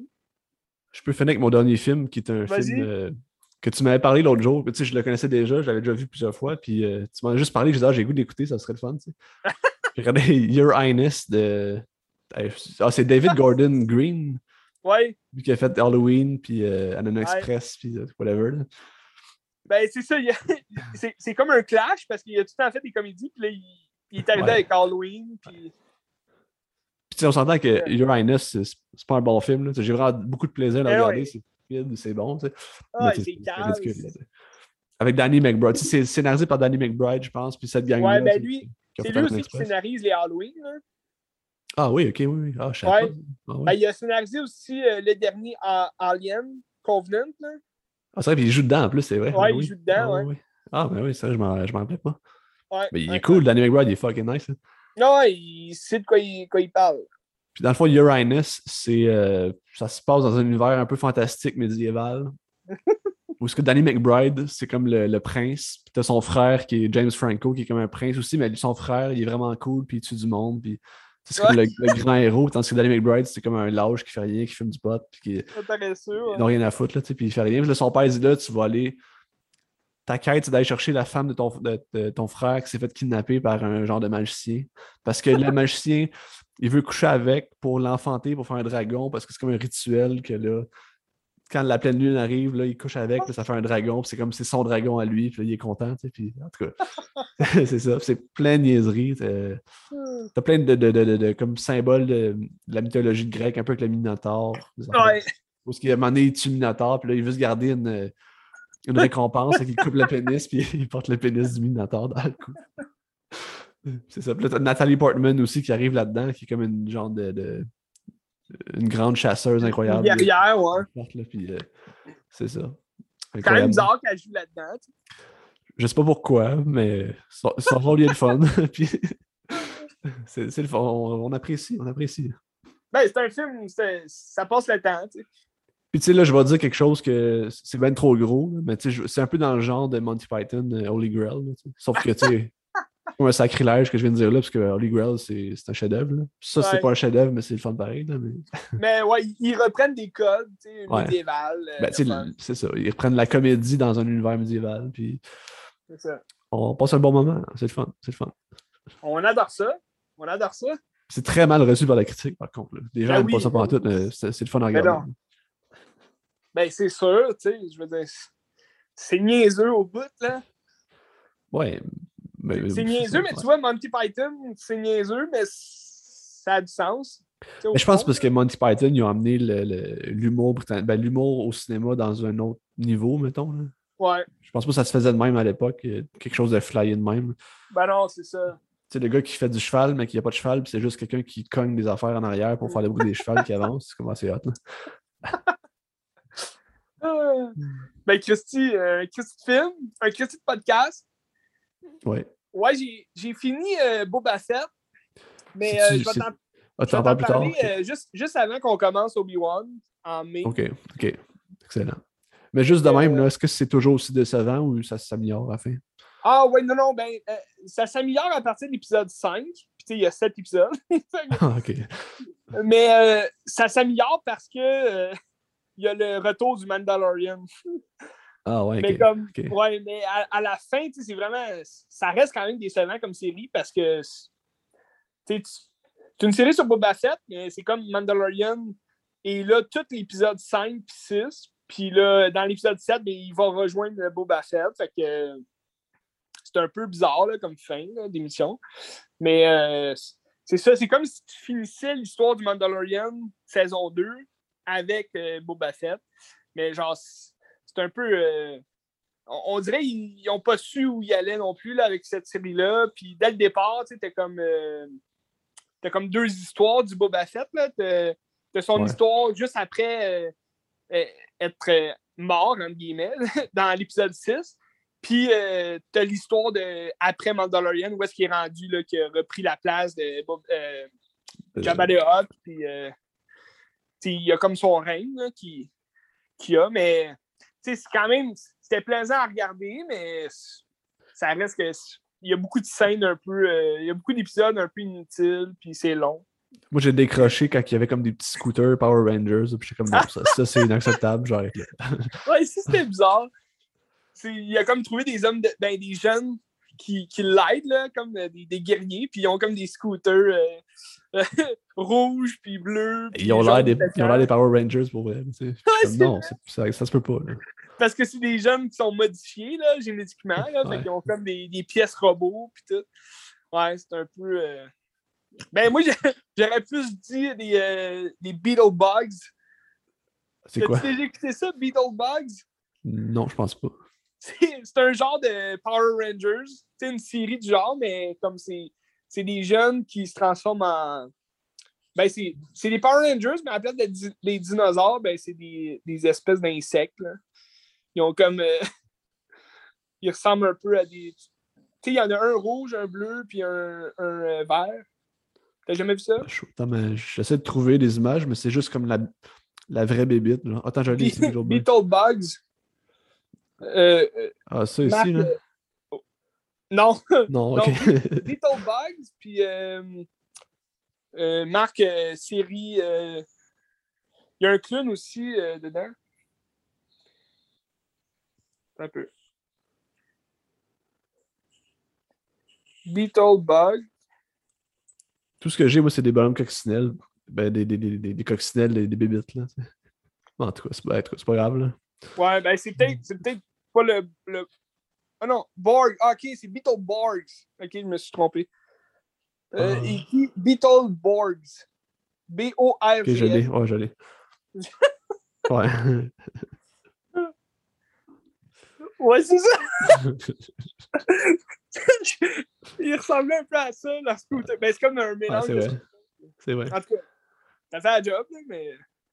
Je peux finir avec mon dernier film, qui est un film que tu m'avais parlé l'autre jour. Tu sais, je le connaissais déjà, je l'avais déjà vu plusieurs fois. Puis tu m'en as juste parlé, j'ai dit, j'ai le goût d'écouter, ça serait le fun. Tu sais. J'ai regardé Your Highness de. C'est David Gordon Green. Ouais. Lui qui a fait Halloween, puis Anana Express, puis whatever. Là. Ben, c'est ça. C'est comme un clash parce qu'il a tout le temps fait des comédies, puis là, il est arrivé avec Halloween, puis. Puis on s'entend que Your Highness, c'est pas un bon film. Là. J'ai vraiment beaucoup de plaisir à le regarder. Ouais. C'est bon. Tu sais. C'est ridicule. Avec Danny McBride. C'est scénarisé par Danny McBride, je pense. Puis cette gang-là. Ouais, ben lui, c'est lui aussi qui scénarise les Halloween. Là. Ah oui, ok, oui. Ah, je sais pas. Ah, ouais. Ben, il a scénarisé aussi le dernier Alien, Covenant. Là. Ah, c'est vrai, puis il joue dedans en plus, c'est vrai. Ouais, il joue dedans, ouais. Ah, ben oui, ça, je m'en rappelais pas. Ouais, mais il est cool, Danny McBride, il est fucking nice. Hein. Non, il sait de quoi il parle. Puis dans le fond, Your Highness, ça se passe dans un univers un peu fantastique médiéval. Où ce que Danny McBride, c'est comme le prince. Puis t'as son frère qui est James Franco, qui est comme un prince aussi, mais son frère, il est vraiment cool, puis il tue du monde. Puis c'est comme le grand héros, tandis que Danny McBride, c'est comme un lâche qui fait rien, qui fume du pot, puis qui n'a rien à foutre, là, puis il fait rien. Puis là, son père dit là, tu vas aller. Ta quête, c'est d'aller chercher la femme de ton frère qui s'est fait kidnapper par un genre de magicien. Parce que le magicien, il veut coucher avec pour l'enfanter, pour faire un dragon, parce que c'est comme un rituel que là, quand la pleine lune arrive, là, il couche avec, puis ça fait un dragon, puis c'est comme c'est son dragon à lui, puis là, il est content, tu sais, puis en tout cas, c'est ça, c'est plein de niaiseries. T'as plein de comme symboles de la mythologie grecque, un peu avec le Minotaure. Ouais. Parce qu'à un moment donné, il tue le Minotaure, puis là, il veut se garder une récompense, il coupe le pénis, puis il porte le pénis du Minotaure dans le cou. C'est ça. Puis là, t'as Nathalie Portman aussi qui arrive là-dedans, qui est comme une genre une grande chasseuse incroyable. Guerrière, ouais. Là, puis, c'est ça. C'est quand même bizarre qu'elle joue là-dedans. Tu sais. Je sais pas pourquoi, mais son rôle est le fun. Puis, c'est le fun. On apprécie. Ben, c'est un film, ça passe le temps. Tu sais. Puis tu sais, là, je vais dire quelque chose que c'est bien trop gros, mais tu sais, c'est un peu dans le genre de Monty Python, Holy Grail. Là, sauf que, tu sais, un sacrilège que je viens de dire là, parce que Holy Grail, c'est un chef-d'œuvre. Là. Ça, c'est Ouais. pas un chef-d'œuvre, mais c'est le fun pareil. Là, mais... Mais ouais, ils reprennent des codes, tu sais, Ouais. médiévales. Ben, tu sais, c'est ça. Ils reprennent la comédie dans un univers médiéval, puis C'est ça. on passe un bon moment. C'est le fun. C'est le fun. On adore ça. On adore ça. C'est très mal reçu par la critique, par contre. Là. Les gens n'aiment pas ça pendant tout, mais c'est le fun à regarder. Non. Ben, c'est sûr, tu sais, je veux dire, c'est niaiseux au bout, là. Ouais. C'est niaiseux, mais tu vois, Monty Python, c'est niaiseux, mais ça a du sens. Mais je pense parce que Monty Python, ils ont amené l'humour l'humour au cinéma dans un autre niveau, mettons. Là. Ouais. Je pense pas que ça se faisait de même à l'époque. Quelque chose de flyé de même. Ben non, c'est ça. Tu sais, le gars qui fait du cheval, mais qui n'a pas de cheval, puis c'est juste quelqu'un qui cogne des affaires en arrière pour faire le bruit des chevals qui avancent. C'est comme assez hot. Ben, Christy de film, un Christy de podcast. Ouais. Ouais, j'ai fini Boba Fett, mais je vais t'en parler juste avant qu'on commence Obi-Wan en mai. OK. Excellent. Mais juste de même, là, est-ce que c'est toujours aussi décevant ou ça s'améliore à la fin? Ah ouais, non, ben, ça s'améliore à partir de l'épisode 5. Puis tu sais, il y a 7 épisodes. OK. Mais ça s'améliore parce que il y a le retour du Mandalorian. Ah ouais, mais OK. Ouais, mais à la fin, c'est vraiment. Ça reste quand même décevant comme série parce que c'est une série sur Boba Fett, mais c'est comme Mandalorian. Et là, tout l'épisode 5 puis 6. Puis là, dans l'épisode 7, ben, il va rejoindre Boba Fett. Fait que c'est un peu bizarre là, comme fin là, d'émission. Mais c'est ça, c'est comme si tu finissais l'histoire du Mandalorian saison 2 avec Boba Fett. Mais genre, c'est un peu. On dirait qu'ils n'ont pas su où ils allaient non plus là, avec cette série-là. Puis dès le départ, tu sais, t'as comme deux histoires du Boba Fett. T'as son histoire juste après être mort, entre guillemets, dans l'épisode 6. Puis t'as l'histoire de après Mandalorian, où est-ce qu'il est rendu, là, qui a repris la place de Jabba the Hutt. Puis il y a comme son règne là, qu'il a, mais c'est quand même, c'était plaisant à regarder, mais ça reste que il y a beaucoup de scènes un peu, il y a beaucoup d'épisodes un peu inutiles, puis c'est long. Moi, j'ai décroché quand il y avait comme des petits scooters Power Rangers, puis j'étais comme non, ça c'est inacceptable, j'arrête là. Ouais, ça c'était bizarre. Il a comme trouvé des hommes, des jeunes qui l'aident, là, comme des guerriers, puis ils ont comme des scooters rouges puis bleus. Puis ils ont l'air des Power Rangers pour vrai. Non, ça se peut pas. Là. Parce que c'est des jeunes qui sont modifiés là, génétiquement, là, fait qu'ils ont comme des pièces robots puis tout. Ouais, c'est un peu. Ben moi j'aurais plus dit des Beetle Bugs. C'est quoi? T'as déjà écouté ça, Beetle Bugs? Non, je pense pas. C'est un genre de Power Rangers. C'est une série du genre, mais comme c'est des jeunes qui se transforment en. Ben, c'est des Power Rangers, mais à la place des dinosaures, ben, c'est des espèces d'insectes. Là. Ils ont comme. Ils ressemblent un peu à des. Tu sais, il y en a un rouge, un bleu, puis un vert. T'as jamais vu ça? J'essaie de trouver des images, mais c'est juste comme la vraie bébite. Là. Attends, j'ai ici. Beetle Bugs. Ça ici, là? Non. Non, ok. Beetle Bugs, puis marque série. Il y a un clown aussi dedans. Un peu. Beetle Bug. Tout ce que j'ai, moi, c'est des bonhommes coccinelles. Ben, des coccinelles, des bébites, là. En tout cas, c'est pas grave, là. Ouais, ben, c'est peut-être pas le. Ah non, Borg. Ah, ok, c'est Beetle Borgs. Ok, je me suis trompé. Il dit Beetle Borgs. B-O-R-G. Ok, je l'ai. Ouais, je l'ai. Ouais. Ouais, c'est ça. Il ressemblait un peu à ça, leur scooter. Ben, c'est comme un mélange. C'est vrai. C'est vrai. En tout cas, ça fait la job, là, mais.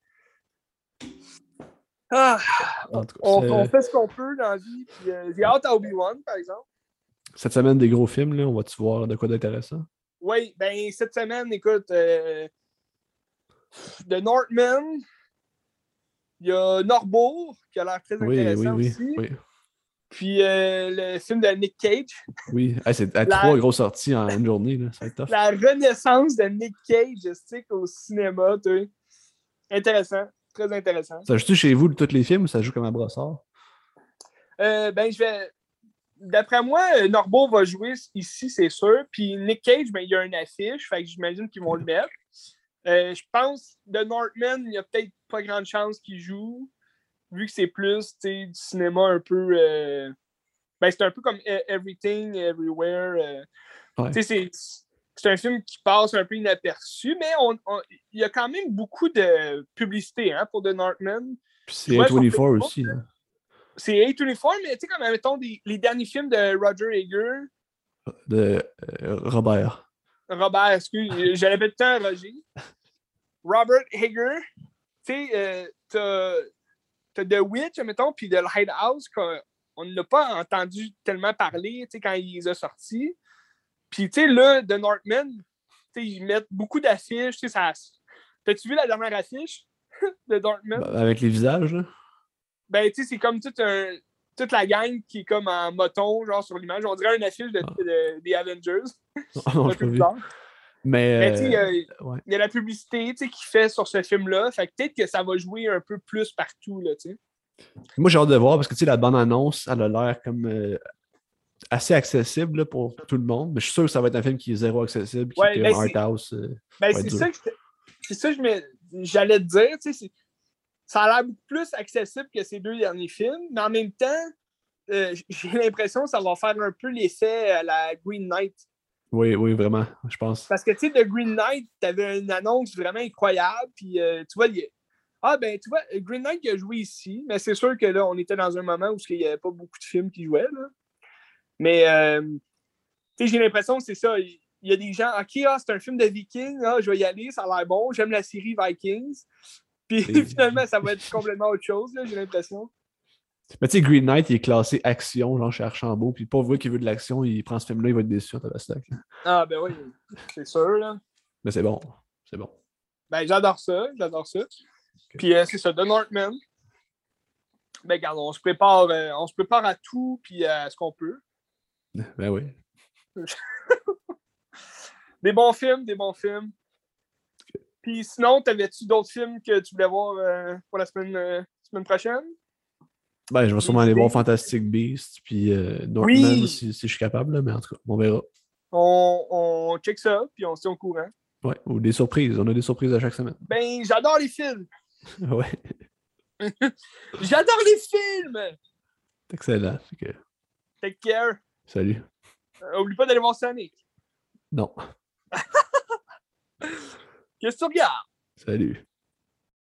On fait ce qu'on peut dans la vie. Puis, j'ai hâte à Obi-Wan, par exemple. Cette semaine, des gros films, là, on va-tu voir de quoi d'intéressant? Oui, ben cette semaine, écoute, The Northman, il y a Norbourg, qui a l'air très intéressant aussi. Oui. Puis le film de Nick Cage. Oui, c'est à 3 grosses sorties en une journée, là. Ça va être tough. La renaissance de Nick Cage, au cinéma, tu sais. Intéressant, très intéressant. Ça joue-tu chez vous tous les films ou ça joue comme un brossard? Ben, je vais. D'après moi, Norbo va jouer ici, c'est sûr. Puis Nick Cage, ben, il y a une affiche, fait que j'imagine qu'ils vont le mettre. Je pense de Northman, il n'y a peut-être pas grande chance qu'il joue, vu que c'est plus du cinéma un peu. Ben, c'est un peu comme Everything, Everywhere. Ouais. C'est un film qui passe un peu inaperçu, mais il y a quand même beaucoup de publicité pour The Northman. Puis c'est A24 aussi. Là. C'est A24, mais tu sais, comme, mettons, les derniers films de Roger Hager. De Robert. Robert, excuse, j'allais pas tout le temps Roger. Robert Hager. Tu sais, t'as The Witch, mettons, puis The Lighthouse, qu'on n'a pas entendu tellement parler, tu sais, quand ils les ont sortis. Puis, tu sais, là, The Northman, tu sais, ils mettent beaucoup d'affiches, tu sais, ça... T'as-tu vu la dernière affiche de Northman? Ben, avec les visages, là? Ben, tu sais, c'est comme toute la gang qui est comme en moton, genre sur l'image. On dirait une affiche des Avengers. Non, je pas vu. Mais tu sais, il y a la publicité qu'il fait sur ce film-là. Fait que peut-être que ça va jouer un peu plus partout, là, tu sais. Moi, j'ai hâte de voir parce que, tu sais, la bande-annonce, elle a l'air comme assez accessible là, pour tout le monde. Mais je suis sûr que ça va être un film qui est zéro accessible, qui est comme art house. C'est ça que j'allais te dire, tu sais, ça a l'air beaucoup plus accessible que ces deux derniers films, mais en même temps, j'ai l'impression que ça va faire un peu l'effet à la Green Knight. Oui, oui, vraiment, je pense. Parce que, tu sais, The Green Knight, t'avais une annonce vraiment incroyable, puis tu vois, tu vois, Green Knight il a joué ici, mais c'est sûr que là, on était dans un moment où il n'y avait pas beaucoup de films qui jouaient, là. Mais, tu sais, j'ai l'impression que c'est ça. Il y a des gens, OK, c'est un film de Vikings, je vais y aller, ça a l'air bon, j'aime la série Vikings. Puis finalement, ça va être complètement autre chose, là, j'ai l'impression. Mais tu sais, Green Knight, il est classé action, genre chez Archambault. Puis pour vous qui veut de l'action, il prend ce film-là, il va être déçu en Tabastac. Ah, ben oui, c'est sûr, là. Mais c'est bon. C'est bon. Ben, j'adore ça. Okay. Puis c'est ça, The Northman. Ben, regarde, on se prépare à tout, puis à ce qu'on peut. Ben oui. Des bons films. Puis sinon, t'avais-tu d'autres films que tu voulais voir pour la semaine prochaine? Ben, je vais sûrement aller voir Fantastic Beasts, puis Northman si je suis capable, là, mais en tout cas, on verra. On check ça, puis on se tient au courant. Ouais, ou des surprises. On a des surprises à chaque semaine. Ben, j'adore les films! Ouais. J'adore les films! C'est excellent. Take care. Salut. Oublie pas d'aller voir Sonic. Non. Qu'est-ce que tu regardes? Salut.